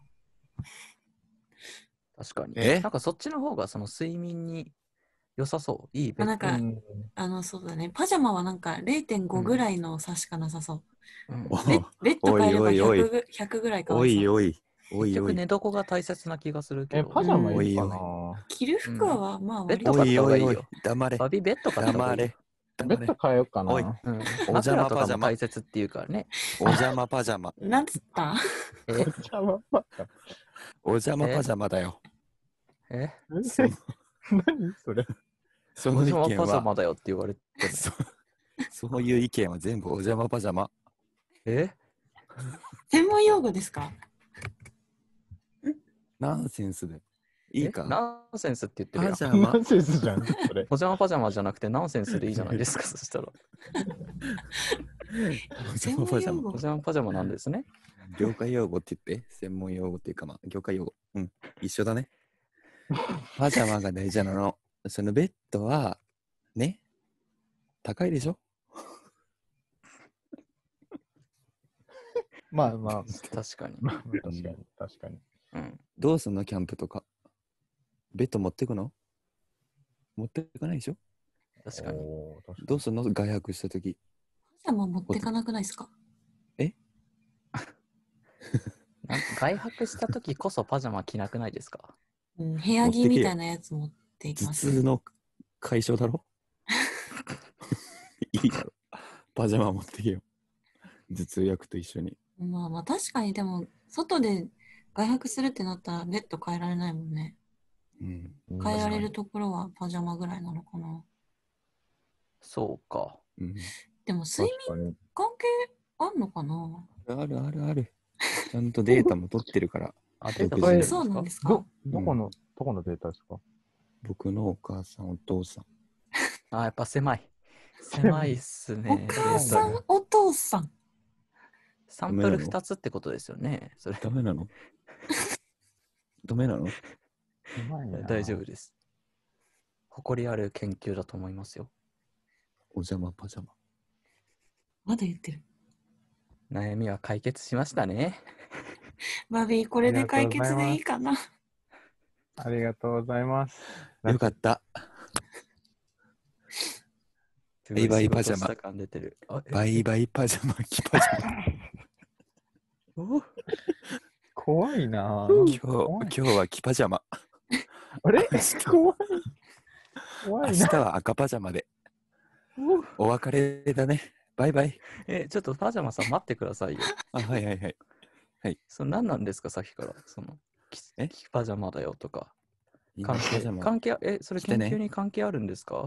確かに。 えなんかそっちの方がその睡眠に良さそう。いいベッド。 あなんか、 うんあの、そうだね。パジャマはなんか れいてんご ぐらいの差しかなさそう。 うんおベベッド変えればおいおいおいひゃく, ぐひゃくぐらい変わおりそう。 いおいお結いおい局寝床が大切な気がするけえ、 ど。 パジャマいいかおいな？ 着る服はまあ割とベッド買おいおいおいった方がいいよ。 黙れバビベッド買った方が黙いいよれ。 ベッド変えようかおいな。 うん。 お邪魔枕とかパジャマも大切っていうからね。 お邪魔パジャマ。 なんつったえお邪魔パジャお邪魔パジャマだよ。 えマ。えそ何それ？ その意お見は、 邪魔パジャマだよって言われても。 そそういう意見は全部お邪魔パジャマ。 え専門用語ですか？ ナンセンスで。いいかえナンセンスって言ってるやん。 パジャマナンセンスじゃん、それ。 お邪魔パジャマじゃなくてナンセンスでいいじゃないですか、そしたら。 お邪魔パジャマ。 専門用語お邪魔パジャマなんですね。 業界用語って言って、専門用語っていうかまあ、業界用語。うん、一緒だね。パジャマが大事なの。そのベッドは、ね、高いでしょ？ まあまあ、 確かに。 まあ確かに、確かに。 うん。 どうすんのキャンプとか。ベッド持ってくの？持っていかないでしょ？ 確かに。 おー確かにどうすんの外泊したとき。 パジャマ持ってかなくないですか？ なんか外泊した時こそパジャマ着なくないですか？ うん、部屋着みたいなやつ持っていき頭ます。 痛の解消だろ？いいだろ。パジャマ持ってけよ。頭痛薬と一緒に。 まあまあ確かにでも外で外泊するってなったらベッド変えられないもんね。 うん。 変えられるところはパジャマぐらいなのかな。 そうか。 うん、 でも睡眠確かに。 関係あんのかな？ あるあるある。ちゃんとデータも取ってるから。 あ、データ独自で取れるんですか？ そうなんですかど、どこの、どこのデータですか？ 僕のお母さん、お父さん。 あ、やっぱ狭い。狭いっすおね。 母さん、お父さん。 サンプルふたつってことですよね。それダメなの？ダメなの？ うまいな大丈夫です。誇りある研究だと思いますよ。 お邪魔パジャマ。 まだ言ってる。 悩みは解決しましたね。 バビー、これで解決でいいかな。 ありがとうございます。 よかった。バイバイパジャマすごい仕事した感出てる。あえバイバイパジャマ、キパジャマ。 お怖いなぁ。 今日、今日は黄パジャマ。 あれ明日怖い。怖いな。 明日は赤パジャマで。お別れだね。バイバイ。 え、ちょっとパジャマさん待ってくださいよ。 あ、はいはいはい。 その何なんですか、さっきから。その、きえきパジャマだよとか。 みんな関係パジャマ関係あえ、それ着てね研究に関係あるんですか？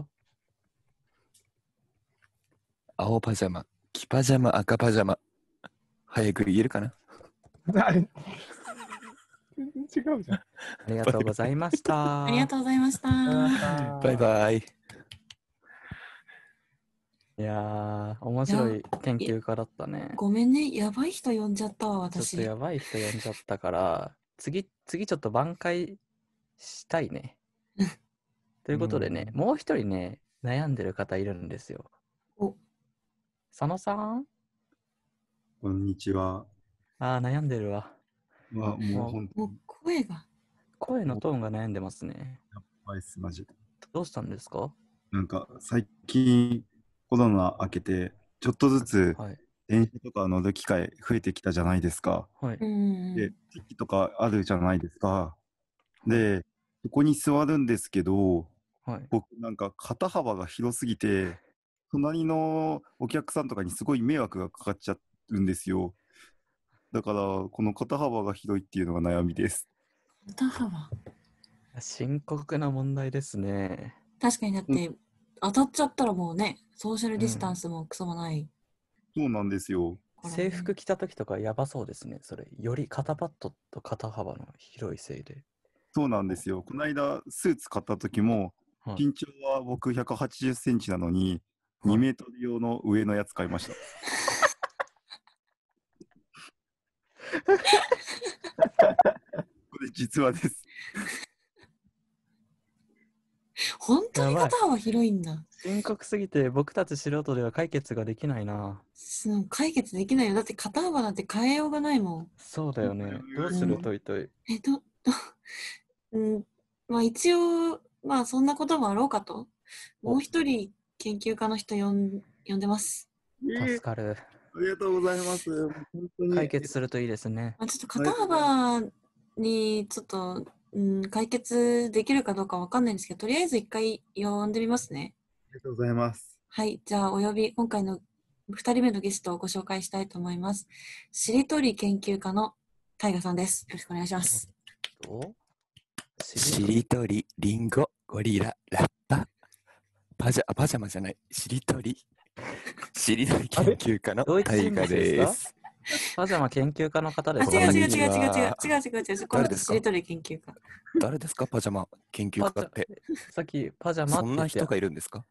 青パジャマ、黄パジャマ、赤パジャマ。早く言えるかな？ あれ全然違うじゃん。 ありがとうございました。 ありがとうございました。 バイバイ。 いやー、面白い研究家だったね。 ごめんね、やばい人呼んじゃったわ、 ちょっ私。 とやばい人呼んじゃったから、次、次ちょっと挽回したいね。ということでね、 うんもう一人ね、悩んでる方いるんですよ。 お、 佐野さんこんにちは。 あー、悩んでるわ。 まあ、もう本当もうに声が。 声のトーンが悩んでますね。 やばいっす、マジで。 どうしたんですか？ なんか、最近、コロナ明けて、ちょっとずつはい。 電車とか乗る機会増えてきたじゃないですか。 はい。 うん。 で、席とかあるじゃないですか。で、そこに座るんですけど、 はい。 僕なんか肩幅が広すぎて、隣のお客さんとかにすごい迷惑がかかっちゃうんですよ。だから、この肩幅が広いっていうのが悩みです。 肩幅。 深刻な問題ですね。 確かにだって、当たっちゃったらもうね、ソーシャルディスタンスもクソもないそうなんですよ。 からね、 制服着た時とかやばそうですね。それ。より肩パッドと肩幅の広いせいで。 そうなんですよ。この間、スーツ買った時も、 はい身長は僕ひゃくはちじゅっセンチなのに、 はいにメートル用の上のやつ買いました。これ実話です。 本当にやばい肩幅広いんだ。 深刻すぎて僕たち素人では解決ができないな。 す解決できないよ。だって肩幅なんて変えようがないもん。 そうだよね。どうするうんトイトイ。 え、ど、ど、うん、まあ一応、まあそんなこともあろうかと。もう一人研究家の人呼ん呼んでます。 助かる。 ありがとうございます。もう本当に解決するといいですね。 まあ、ちょっと肩幅にちょっと、うん、解決できるかどうかわかんないんですけど、とりあえず一回呼んでみますね。 ありがとうございます。 はい、じゃあお呼び、今回のふたりめのゲストをご紹介したいと思います。しりとり研究家のタイガさんです。よろしくお願いします。 どうしりとり、りんご、ゴリラ、ラッパ。パジャ、あパジャマじゃない。しりとり。しりとり研究家の同一タイガ人物でですす。 パジャマ研究家の方であ、 す違う違う違う違う違う違うこんにちは違う違う違う。この誰ですかしりとり研究家。 誰ですかパジャマ研究家って。 さっきパジャマってそんな人言ってがいるんですか？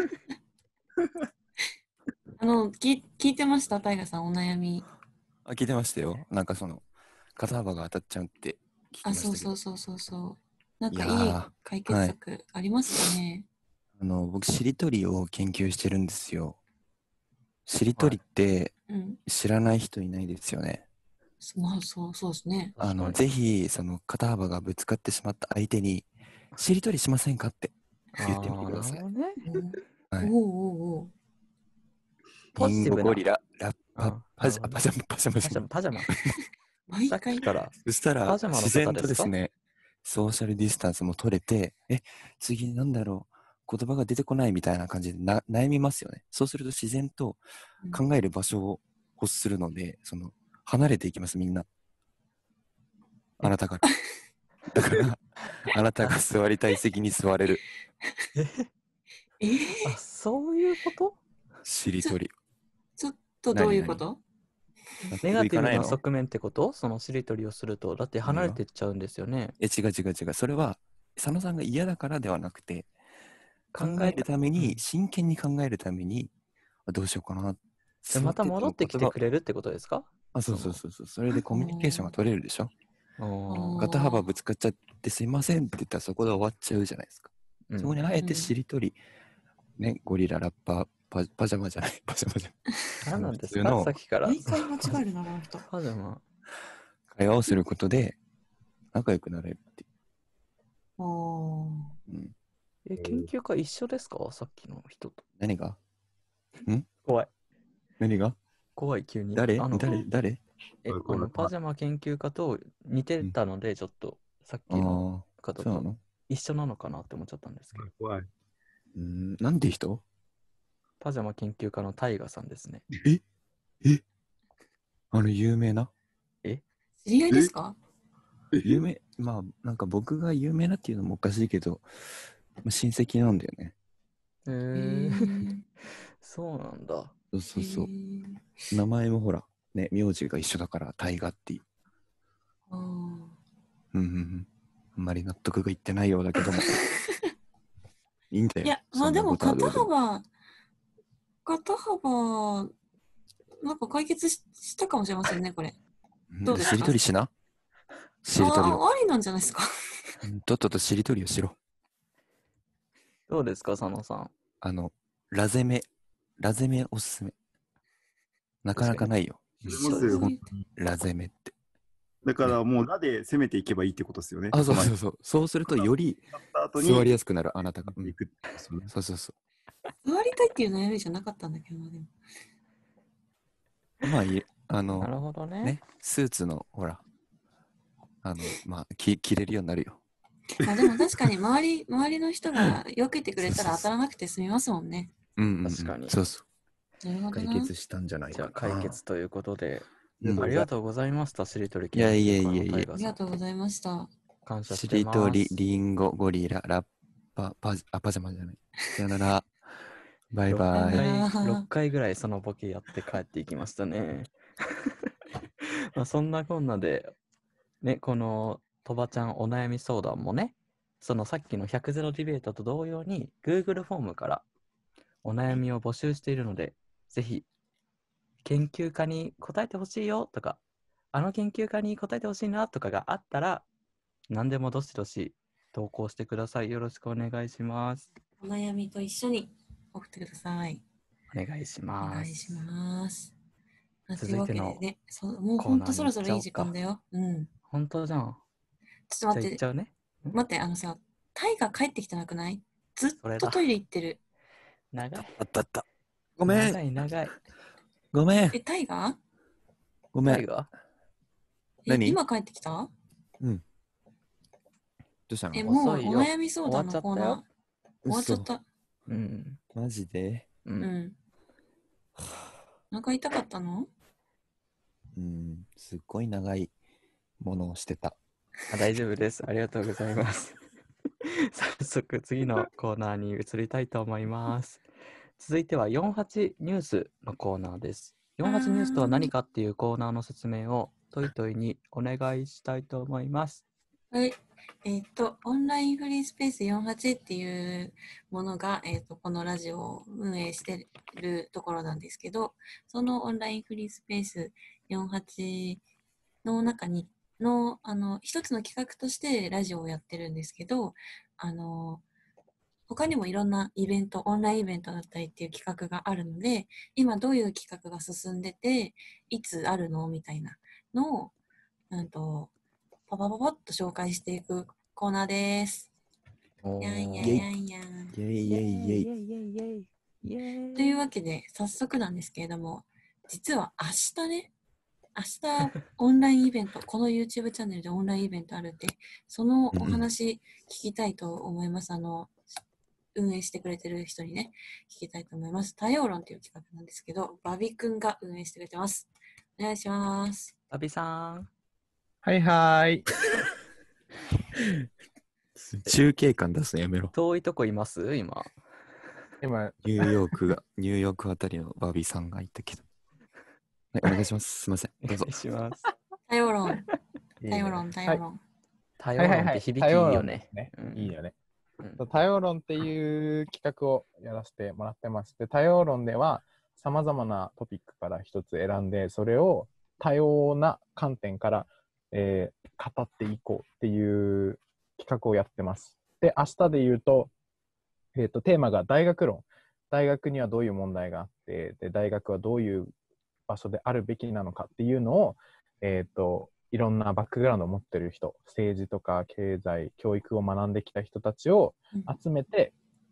あの、聞聞いてましたタイガさん、お悩み。 あ、聞いてましたよ。なんかその、肩幅が当たっちゃうって聞きあ、 ましたけど。 そうそうそうそうそう。なんかいやいいー解決策ありますかね、 あの、僕、しりとりを研究してるんですよ。しりとりってうん。 知らない人いないですよね。 まあ、そう、そうですね。 あの、 確かにぜひ、その肩幅がぶつかってしまった相手に、しりとりしませんかって言ってみてください。 あーなるほどね。 はいおおおおポジティブなリンゴ、ゴリラ、ラッパあ、 パジャなるほどパジャマ、パジャマパじゃない。 ジャマパジャマ。 毎さっ回きからそしたらパジャマの方自然とですかですね、ソーシャルディスタンスも取れて、え、次なんだろう、言葉が出てこないみたいな感じでな悩みますよね。そうすると自然と考える場所を欲するので、その離れていきます、みんな。あなたから。だから、あなたが座りたい席に座れる。 えー、 あ、そういうことしりとり。 ちょっとどういうことネガティブなの側面ってことそのしりとりをすると。だって離れてっちゃうんですよね。 え、違う違う違う。それは、佐野さんが嫌だからではなくて、考えるために、 うん真剣に考えるために、あどうしようかな。 でまた戻ってきてくれれるってことですか？ あ、そうそうそうそう。それでコミュニケーションが取れるでしょ。 おー肩幅ぶつかっちゃってすいませんって言ったらそこで終わっちゃうじゃないですか。 うんそこにあえてしりとり、ね、ゴリラ、ラッパー、パパジャマじゃない、パジャマじゃない。 何なんです普通のかさっきから。 毎回間違えるな、あの人。 パジャマ。 会話をすることで仲良くなれるっていおーう。うん、 え、研究家一緒ですかさっきの人と。 何が怖い。 何が怖い、急に。 誰あの誰誰え、 これあの、パジャマ研究家と似てたので、ちょっと、さっきのああ、 方とそうなの？ 一緒なのかなって思っちゃったんですけど、 怖い。 うーん、なんて人？ パジャマ研究家のタイガさんですね。 ええあの有名なえ知り合いですか？ 有名、まあ、なんか僕が有名なっていうのもおかしいけど、まあ親戚なんだよね。 へへえーそうなんだ。 そうそうそうへ。ー名前もほら、ね、名字が一緒だから、タイガっていう。 あーうんうんうん。あんまり納得がいってないようだけども。いいんだよ。 いや、まそんなあでも肩ことはどうでも。 幅、肩幅、なんか解決ししたかもしれませんね、これ。どうですか？ しりとりしな。しりとりを。 ああ、ありなんじゃないですか。 うんとっととしりとりをしろ。 どうですか、佐野さん。 あの、ラゼメ。ラゼメおすすめ。なかなかないよ。 知りますよ、 うん本当に。 ラゼメって。 だからもう、ラで攻めていけばいいってことですよね。 あ、そうこのそうそう。そうするとよりやった後に座りやすくなる、あなたが。うんいくってことですよね。 そうそうそ座りたいっていう悩みじゃなかったんだけどな、でも。 う。まあ、いあなの、 るほどね。 ね、スーツの、ほら、あの、まあ、き着れるようになるよ。 まあでも確かに周り、周りの人が避けてくれたら当たらなくて済みますもんね。 うんうん、うん。 確かにそうそう。 なるほどな。 解決したんじゃないじゃかな。 あ解決ということで、 うんありがとうございました、しりとりいやいや研究家いやいやありのタイガさん。 がとうございました。 感謝ししてりとり、 ます。 リンゴ、ゴリラ、ラッパ、パジ、あ、パジャマじゃない。さよなら。バイバさよなイ。 らろっかい、ろっかいぐらいそのボケやって帰っていきましたね。まあそんなこんなで、ね、このとばちゃんお悩み相談もね、そのさっきのひゃくゼロディベートと同様に Google フォームからお悩みを募集しているので、ぜひ研究家に答えてほしいよとか、あの研究家に答えてほしいなとかがあったら、何でもどしどし投稿してください。よろしくお願いします。 お悩みと一緒に送ってください。 お願いしおます。 願いします。まあという続いてのわけでね、そもうコーナーにほんとそろそろいい時行っちゃおうか間だよ。うん。 本当じゃん。 ちょっと待ってじゃあ行っち、ゃうね。 待って、あのさ、タイが帰ってきてなくない？ずっそれだとトイレ行ってる。 長い。 あったあった。ごめ長ん。 い長い。 ごめん。 え、タイがごめん。 タイがえ、 何今帰ってきた？ うん。どうしたの？ え、もう遅いよお悩み相談のコーナー終わっちゃった。 うん。 マジで？ う。 うんん。お腹痛かったの？ うん。すっごい長いものをしてた。 あ大丈夫です。ありがとうございます。早速次のコーナーに移りたいと思います。続いてはよんじゅうはちニュースのコーナーです。よんじゅうはちニュースとは何かっていうコーナーの説明をトイトイにお願いしたいと思います。 はい。えっ、と、オンラインフリースペースよんじゅうはちっていうものが、えっ、と、このラジオを運営してるところなんですけど、そのオンラインフリースペースよんじゅうはちの中に、の、あの、一つの企画としてラジオをやってるんですけど、あの、他にもいろんなイベント、オンラインイベントだったりっていう企画があるので、今どういう企画が進んでて、いつあるのみたいなのを、うんと、パパパパッと紹介していくコーナーです。 おやんやイェイんやんやん。 イェイイェイイェイ。 イェイイェイイェイイェイというわけで、早速なんですけれども、実は明日ね、明日オンラインイベント、この YouTube チャンネルでオンラインイベントあるんで、そのお話聞きたいと思います。あの、運営してくれてる人にね、聞きたいと思います。多様論という企画なんですけど、バビくんが運営してくれてます。お願いします。 バビさん。 はいはーい。 中継感出すのやめろ。 遠いとこいます今。 今、 ニューヨークが、ニューヨークあたりのバービーさんがいたけど。はい、お願いします。すいません。どうぞお願い。します。 多様論、 いいね多様論、多様論。 多様論って響きいいよね。 ねうんいいよね。 うん多様論っていう企画をやらせてもらってます。で、多様論では様々なトピックから一つ選んで、それを多様な観点から、えー語っていこうっていう企画をやってます。で、明日で言うと、えっと、テーマが大学論。大学にはどういう問題があって、で、大学はどういう場所であるべきなのかっていうのを、えっと、いろんなバックグラウンドを持ってる人、政治とか経済、教育を学んできた人たちを集めて、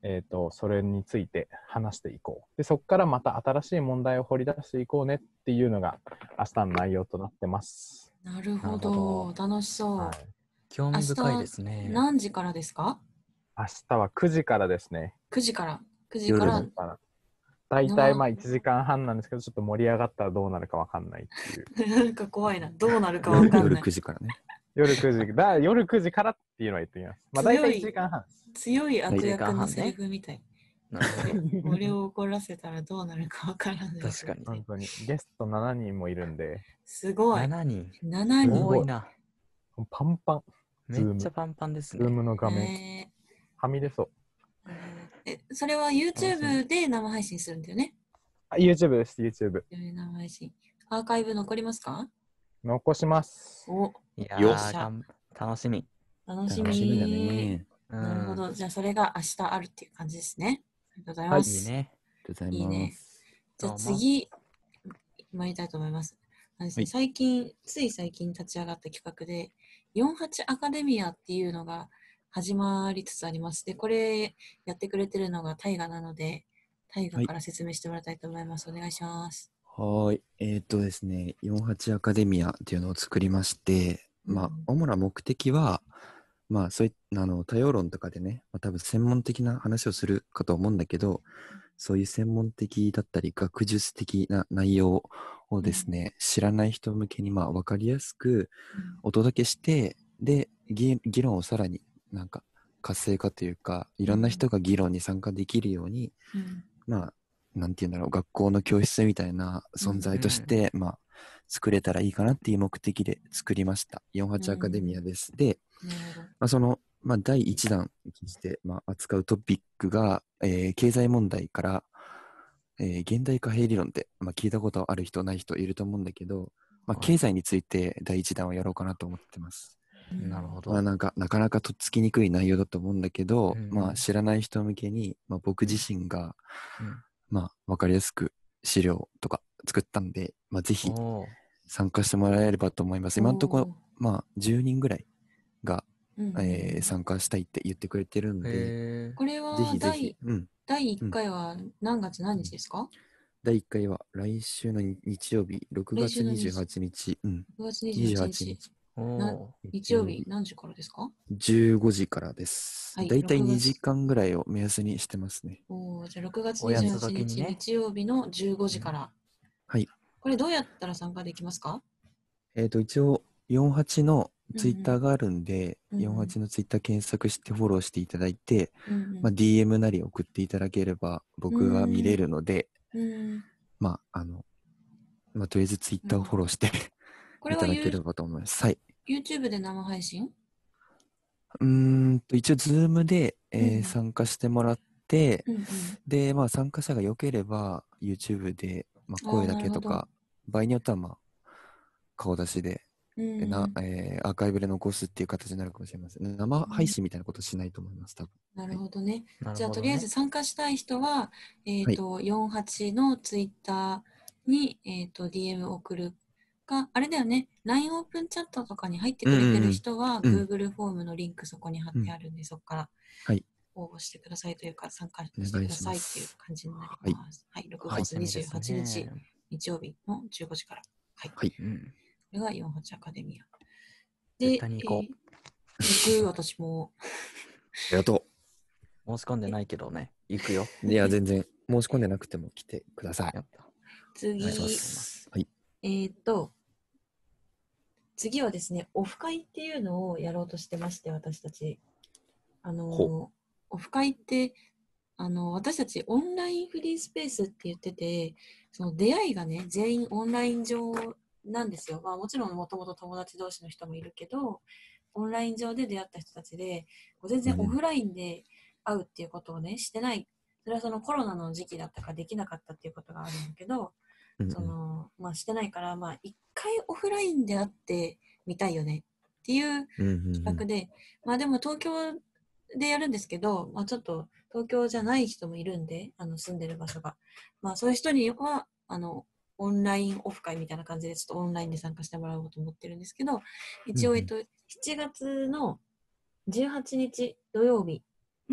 えっと、それについて話していこう。で、そこからまた新しい問題を掘り出していこうねっていうのが明日の内容となってます。 なるほなるど。楽しそう。 はい。 興味深いですね。 何時からですか？ 明日はくじからですね。 くじから。くじか夜らの。 大体まあいちじかんはんなんですけど、ちょっと盛り上がったらどうなるかわかんないっていう。 なんか怖いな。どうなるかわかん夜ないく。じからね。 夜くじ、だ夜くじからっていうのは言ってきます。まあ大体いちじかんはん。 強い悪役のセリフみたい。 なるほど。 俺を怒らせたらどうなるかわからない。 確かに。 本当に。ゲストしちにんもいるんで、 すごい。 しちにん。 しちにん。 多いな。 パンパン。 めっちゃパンパンですね。 ズームの画面、 ねはみ出そう。 え、それは YouTube で生配信するんだよね。 あ、YouTube です、YouTube。 生配信。アーカイブ残りますか？ 残します。 お、 いやよっー、がん楽しみ。 楽しみ。 楽しみだね。 うんなるほど。じゃあそれが明日あるっていう感じですね。ありがとうございはいます。 いいね。 ありがとうございまいいねす。 じゃあどうも次、参りたいと思います。あのですねはい最近、つい最近立ち上がった企画で、よんじゅうはちアカデミアっていうのが始まりつつあります。で、これやってくれてるのが大河なので、大河から説明してもらいたいと思います。お願いします。 はーい。えーっとですね、よんじゅうはちアカデミアっていうのを作りまして、まあうん、 主な目的は、まあ、そういったあの多様論とかでね、まあ、多分専門的な話をするかと思うんだけど、そういう専門的だったり、学術的な内容をですね、知らない人向けにまあ分かりやすくお届けして、で、議議論をさらになんか活性化というか、いろんな人が議論に参加できるように、 うんまあ、なんていうんだろう、学校の教室みたいな存在として、まあ、作れたらいいかなっていう目的で作りました。よんじゅうはちアカデミアです。で、 なるほど。 まあ、その、まあ、だいいちだんにして、まあ、扱うトピックが、えー経済問題から、えー現代貨幣理論って、まあ、聞いたことある人ない人いると思うんだけど、まあ、 はい経済についてだいいちだんをやろうかなと思ってます。 うんなるほど。 まあ、なんかなかなかとっつきにくい内容だと思うんだけど、 うんまあ、知らない人向けに、まあ、僕自身が、 うんまあ、わかりやすく資料とか作ったんで、まあ、ぜひおー参加してもらえればと思います。今のところ、まあ、じゅうにんぐらいが、 うんうんえー参加したいって言ってくれてるんで、 へこれはぜひぜ第ひ、うん。 だいいっかいは何月何日ですか？ だいいっかいは来週の日曜日、ろくがつにじゅうはちにち、うん、 ろくがつにじゅうはちにち。 にじゅうはちにち、 ーなおー日曜日何時からですか？ じゅうごじからです。 はいだいたいろくがつにじかんぐらいを目安にしてますね。 おーじゃあろくがつおやつにじゅうはちにち、 時にね日曜日のじゅうごじから。 はい。 これどうやったら参加できますか？ えっ、と、一応、よんじゅうはちのツイッターがあるんで、 うんうんよんじゅうはちのツイッター検索してフォローしていただいて、 うんうんまあ、ディーエム なり送っていただければ僕が見れるので、 うんまあ、あの、まあ、とりあえずツイッターをフォローして、 これはいただけ You- ればと思います。はい。 YouTube で生配信？ うーんと、一応、ズームで、えーうん参加してもらって、 うんうんで、まあ、参加者が良ければ、YouTube で、まあ、声だけとあーなるか、場合によっては、まあ、顔出しで、 うんなえーアーカイブで残すっていう形になるかもしれません。生配信みたいなことしないと思います、多分。 なるほどね。 なるほどねじゃあとりあえず参加したい人は、えっ、と、よんじゅうはちのツイッターに、えっ、と ディーエム 送るか、あれだよね、ライン オープンチャットとかに入ってくれてる人は、 うんうんうん Google フォームのリンクそこに貼ってあるんで、そこからはい。 応募してくださいというか、参加してお願いしまくださいっていうす。 感じになります。はい、ろくがつにじゅうはちにち、日曜日のじゅうごじから。はい。 はい。 うん。 これがよんじゅうはちアカデミア。 絶対に行こうえー行く、私も。 ありがと申し込んでないけどね、行くよ。 う。いや、全然、申し込んでなくても来てください。 やった。 次お願いします。 はい。 えーっと、次はですね、オフ会っていうのをやろうとしてまして、私たち。あのほ、 オフ会って、あの、私たちオンラインフリースペースって言ってて、その出会いがね、全員オンライン上なんですよ。まあもちろんもともと友達同士の人もいるけど、オンライン上で出会った人たちで、こう全然オフラインで会うっていうことをね、してない。それはそのコロナの時期だったからできなかったっていうことがあるんだけど、 うんうんそのまあ、してないから、まあ、一回オフラインで会ってみたいよねっていううんうんうん企画で、まあでも東京でやるんですけど、まあ、ちょっと東京じゃない人もいるんで、あの住んでる場所が。まあそういう人には、あの、オンラインオフ会みたいな感じでちょっとオンラインで参加してもらおうと思ってるんですけど、一応、 うんうんえっと、しちがつのじゅうはちにち土曜日の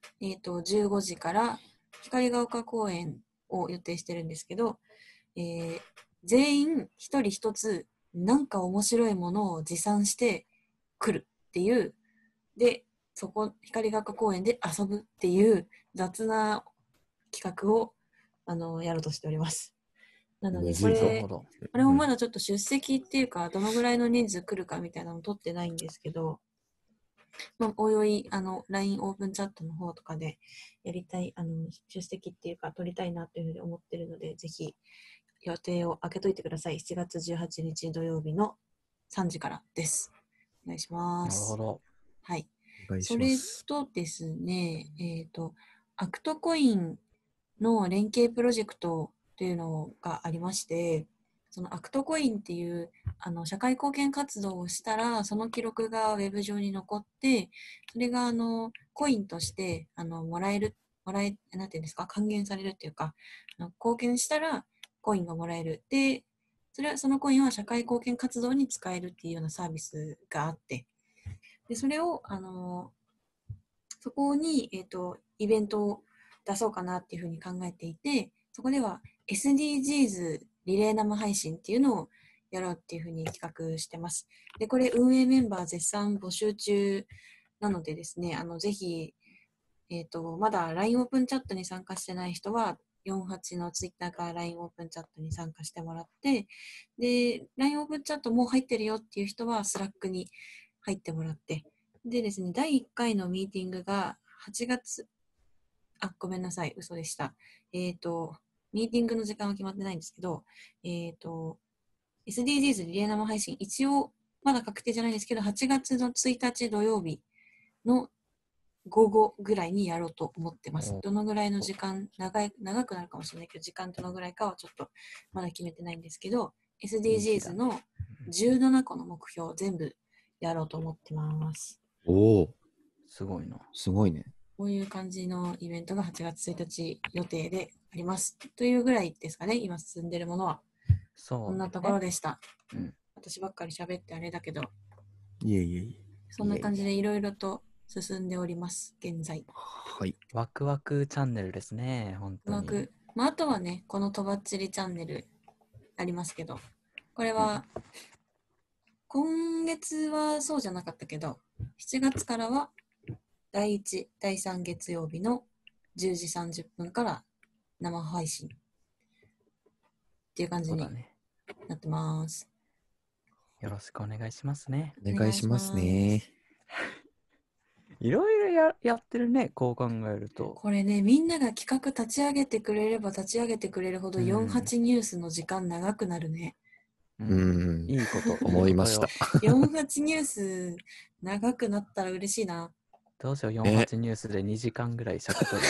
えー、とじゅうごじから光が丘公園を予定してるんですけど、えー全員一人一つなんか面白いものを持参して来るっていう、でそこ光が丘公園で遊ぶっていう雑な企画をあのやろうとしております。なのでこむずいぞなるれほど。 これもまだちょっと出席っていうかどのぐらいの人数来るかみたいなの取ってないんですけど、まあ、おいおいあの ライン オープンチャットの方とかでやりたい、あの出席っていうか取りたいなというふうに思ってるので、ぜひ予定を空けといてください。しちがつじゅうはちにち土曜日のさんじからです。お願いしまなるす。 ほど。 はい。 お願いそれします。 とですね、えっ、と、アクトコインの連携プロジェクトというのがありまして、そのアクトコインっていうあの社会貢献活動をしたら、その記録がウェブ上に残って、それがあのコインとしてあのもらえる、もらえ、なんていうんですか、還元されるっていうか、あの貢献したらコインがもらえる。で、それはそのコインは社会貢献活動に使えるっていうようなサービスがあって、でそれをあのそこに、えーと、イベントを出そうかなっていうふうに考えていて、そこでは エスディージーズ リレー生配信っていうのをやろうっていうふうに企画してます。で、これ運営メンバー絶賛募集中なのでですね、あのぜひ、えーと、まだ ライン オープンチャットに参加してない人は、よんじゅうはちのツイッターから ライン オープンチャットに参加してもらって、で、ライン オープンチャットもう入ってるよっていう人は、スラックに入ってもらって、でですね、だいいっかいのミーティングがはちがつ、あ、ごめんなさい、嘘でした。えっ、と、ミーティングの時間は決まってないんですけど、えっ、と、エスディージーズ リレー生配信、一応、まだ確定じゃないんですけど、はちがつのついたち土曜日の午後ぐらいにやろうと思ってます。どのぐらいの時間、長い、長くなるかもしれないけど、時間どのぐらいかはちょっとまだ決めてないんですけど、エスディージーズ のじゅうななこの目標を全部やろうと思ってます。 おお、 すごいな。 すごいね。 こういう感じのイベントがはちがつついたち予定であります。というぐらいですかね、今進んでるものは。 そう、 こんなところでした。 うん私ばっかり喋ってあれだけど、 いえいえいえ。 そんな感じでいろいろと進んでおります、現在。 はい。 ワクワクチャンネルですね、本う当に。 まく、まあ、あとはね、このとばっちりチャンネルありますけど、これは、今月はそうじゃなかったけど、しちがつからはだいいち、だいさん月曜日のじゅうじさんじゅっぷんから生配信っていう感じにそうだね。 なってます。 よろしくお願いしますね。 お願いしますね。 いろいろややってるね、こう考えると。 これね、みんなが企画立ち上げてくれれば立ち上げてくれるほどうんよんじゅうはちニュースの時間長くなるね。 ううん。 いいこと。 思いました。 よんじゅうはちニュース長くなったら嬉しいな。 どうしよう、よんじゅうはちニュースでにじかんぐらい尺取る。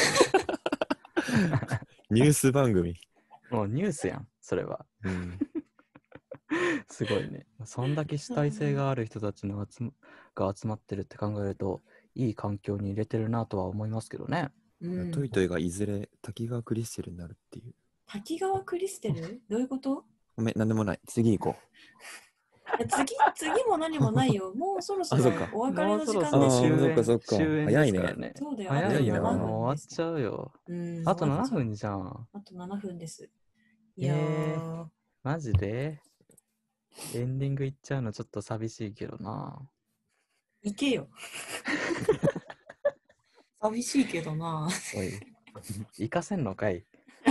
ニュース番組。 もうニュースやん、それは。 うん。 すごいね。そんだけ主体性がある人たちの集まが集まってるって考えると、いい環境に入れてるなとは思いますけどね。 うん、 トイトイがいずれ滝川クリステルになるっていう。 滝川クリステルどういうこと？ ごめん、なんでもない。次行こえ次、次も何もないよ。もうそろそろあそっかお別れの時間あーですよ。 そっかそっか終演早いねですからね。 そうだよ。 早いよ。 早いなあともう終わっななふんです。 ちゃうよ。 うん、 あと7 終わっちゃう分じゃん。 あとななふんです。いやえー、 ー、マジでエンディングいっちゃうのちょっと寂しいけどな。 行けよ。寂しいけどな。 う。おい。 行かせんのかい。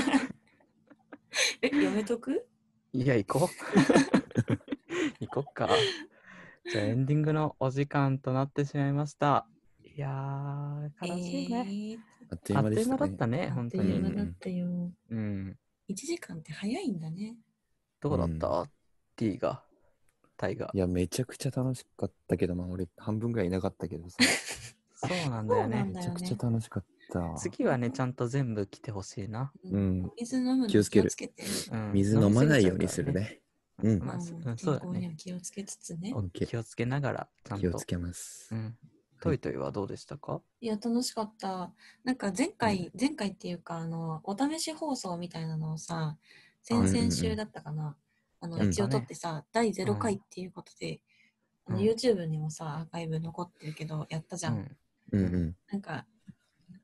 え、やめとく？ いや、行こう。行こっか。じゃあエンディングのお時間となってしまいました。いやー、悲しいね。 えーあっという間でしたねあっという間だっ。たね、 あっ本当に。 という間だったよ。 うん。 いちじかんって早いんだね。 どうだった、 う ?T が、タイがい。や、めちゃくちゃ楽しかったけど、まあ俺半分ぐらいいなかったけどさ。 そうなんだよねそうなん。 めちゃくちだよねゃ楽しかった。 次はね、ちゃんと全部来てほしいな。 うんお水飲むの気をつける気をつけて。 うん、 水飲まないようにするね。うんまあ、すうんうん、そうだね健康には。気をつけつつねオ。ッケー。 気をつけながら、ちゃんと気をつ。けますう。ん。トイトイはどうでしたか？ いや、楽しかった。なんか前回、前回っていうか、あの、お試し放送みたいなのをさ、先々週だったかな。あの、 うん一応撮ってさ、だいゼロかいっていうことで、あの、 うん YouTube にもさ、アーカイブ残ってるけど、やったじゃん。 うん。 うんうん。 なんか、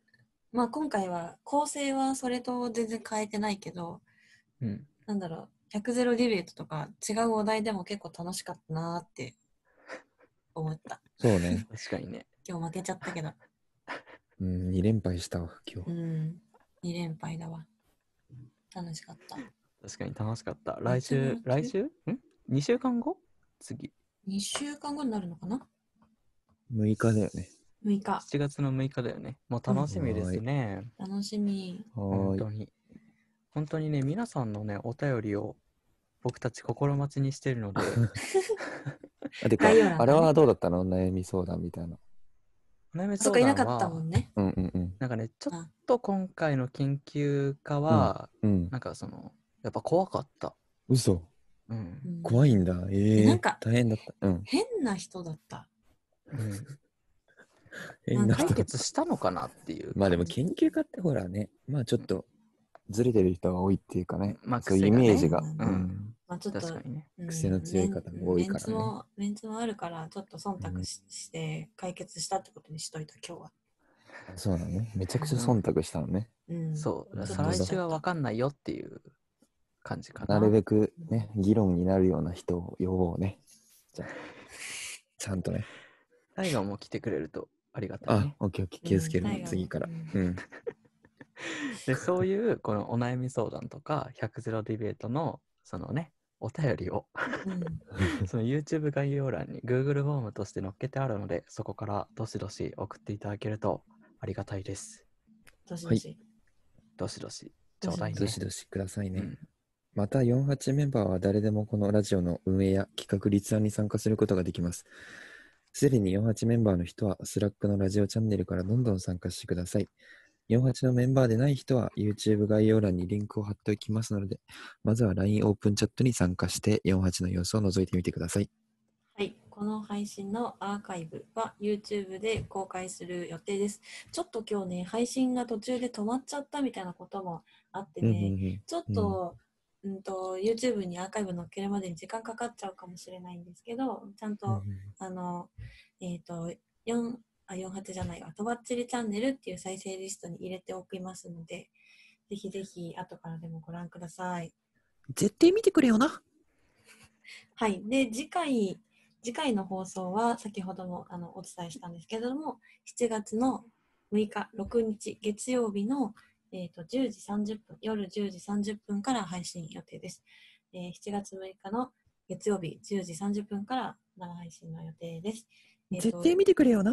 まあ今回は構成はそれと全然変えてないけど、 うん。 なんだろう、ひゃくゼロディベートとか違うお題でも結構楽しかったなーって思った。 そうね。 確かにね。 今日負けちゃったけど。 うん、に連敗したわ、今日。 うん。に連敗だわ。楽しかった。 確かに楽しかった。来めっちゃ笑週っ、てる来週ん ?に 週間後次。 にしゅうかんごになるのかな？ むいかだよね。 むいか。 しちがつのむいかだよね。もう楽しみですね。 楽しみ。 はーい。 本当に。本当にね、皆さんのね、お便りを僕たち心待ちにしてるので、 あ、てか、 概要欄だねあれはどうだったの？悩み相談みたいな。 お悩みそっか、 相談いなかったもは、 んね。 うんうんうん。 なんかね、ちょっと今回の研究家は、 うん。 なんかその、やっぱ怖かった。 嘘。 うん。 うん怖いんだ。ええなんか大変だった。うん。 変な人だった。 うん、 変な人解決したのかなっていう。 まあでも研究家ってほらね、まあちょっとずれてる人が多いっていうかね、 まあそういうイ癖がねメージが、 ううんん、 まあちょっと、 確かにね。 うん癖の強い方も多いからねメンメンツも、メンツもあるから、ちょっと忖度し,、して解決したってことにしといた、今日は。 そうなのね。めちゃくちゃ忖度したのね。 うん、 そう。 うん再来週は分かんないよっていう感じかな。 なるべくね、議論になるような人を呼ぼうね。じゃあ、ちゃんとね。 タイガーも来てくれるとありがたいあね、。 オッケーオッケー、気をつけるうん次から。 うんうん。 で、そういうこのお悩み相談とか、ひゃくゼロディベートのそのね、お便りをうんその YouTube 概要欄に Google フォームとして載っけてあるので、そこからどしどし送っていただけるとありがたいです。 どしどし。 どしどし、ちょうだいね。 どしどしくださいね。 うんまたよんじゅうはちメンバーは誰でもこのラジオの運営や企画立案に参加することができます。すでによんじゅうはちメンバーの人はスラックのラジオチャンネルからどんどん参加してください。よんじゅうはちのメンバーでない人は YouTube 概要欄にリンクを貼っておきますので、まずは ライン オープンチャットに参加してよんじゅうはちの様子を覗いてみてください。 はい、この配信のアーカイブは YouTube で公開する予定です。ちょっと今日ね、配信が途中で止まっちゃったみたいなこともあってね、 うんうんうんちょっと、うんと、YouTube にアーカイブ載っけるまでに時間かかっちゃうかもしれないんですけど、ちゃんと、 うんうんあの、えっ、と、よん、あ、よんじゅうはちじゃないわ、とばっちりチャンネルっていう再生リストに入れておきますので、ぜひぜひ後からでもご覧ください。 絶対見てくれよな。 はい。で、次回、次回の放送は先ほどもあのお伝えしたんですけれども、しちがつのむいか、ろくにち月曜日の、えーとじゅうじさんじゅっぷん、夜じゅうじさんじゅっぷんから配信予定です。えーしちがつむいかの月曜日じゅうじさんじゅっぷんから生配信の予定です。えーと絶対見てくれよな。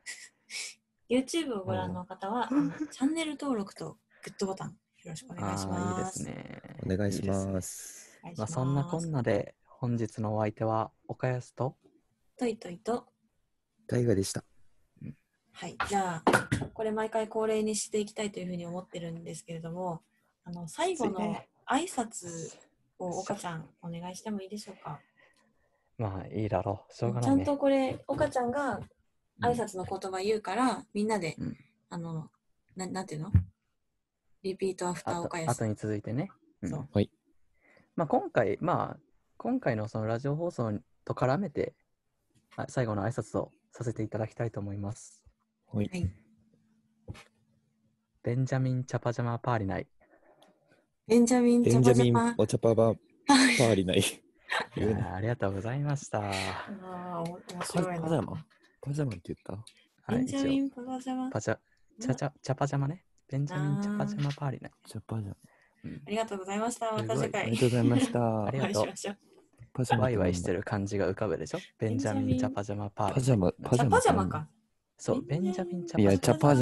YouTube をご覧の方は、あのチャンネル登録とグッドボタンよろしくお願いしああ、いいでます。 すね。 お願いしまいいですね。 す。 お願いしまあ、そんなこんなで本日のお相手は岡安と、 トイトイと、 大河でした。 はい、じゃあ、これ毎回恒例にしていきたいというふうに思ってるんですけれども、あの最後の挨拶を岡ちゃん、お願いしてもいいでしょうか。 まあいいだろう。しょうがちゃないね。 んとこれ、岡ちゃんが挨拶の言葉言うから、みんなで、 うんあのな、なんていうのリピートアフターあと岡安。 後に続いてね。うんそうはい。 まあ、今回、まあ、今回のそのラジオ放送と絡めて、あ最後の挨拶をさせていただきたいと思います。 はい。 はい、 ベンジャミン・チャパジャマ・パーリナイ。 ベンジャミン・チャベンジャミンパジャパ。 お茶パバパーリナイ。 いやーありがとうございました。 ああ、お面パ白いな。 パジャマパジャマって言ったベはい、一応ンジャミン・パジャマ。 パジャ、チャチャ、チャパジャマね。ベンジャミン・チャパジャマ・パーリナイ。 じゃパジャマ。 うんありがとうございました。またすごい次回ありがとうございました。 ありがとうお会いしましょう。 パジャマワイワイしてる。 る感じが浮かぶでしょ。ベンジャミン・チャパジャマ・パーリナイ。 パジャマ、パジャマ。 チャパジャマか。 そう、ベンジャミン・チャパジャマ。 いや、チャパジャマ。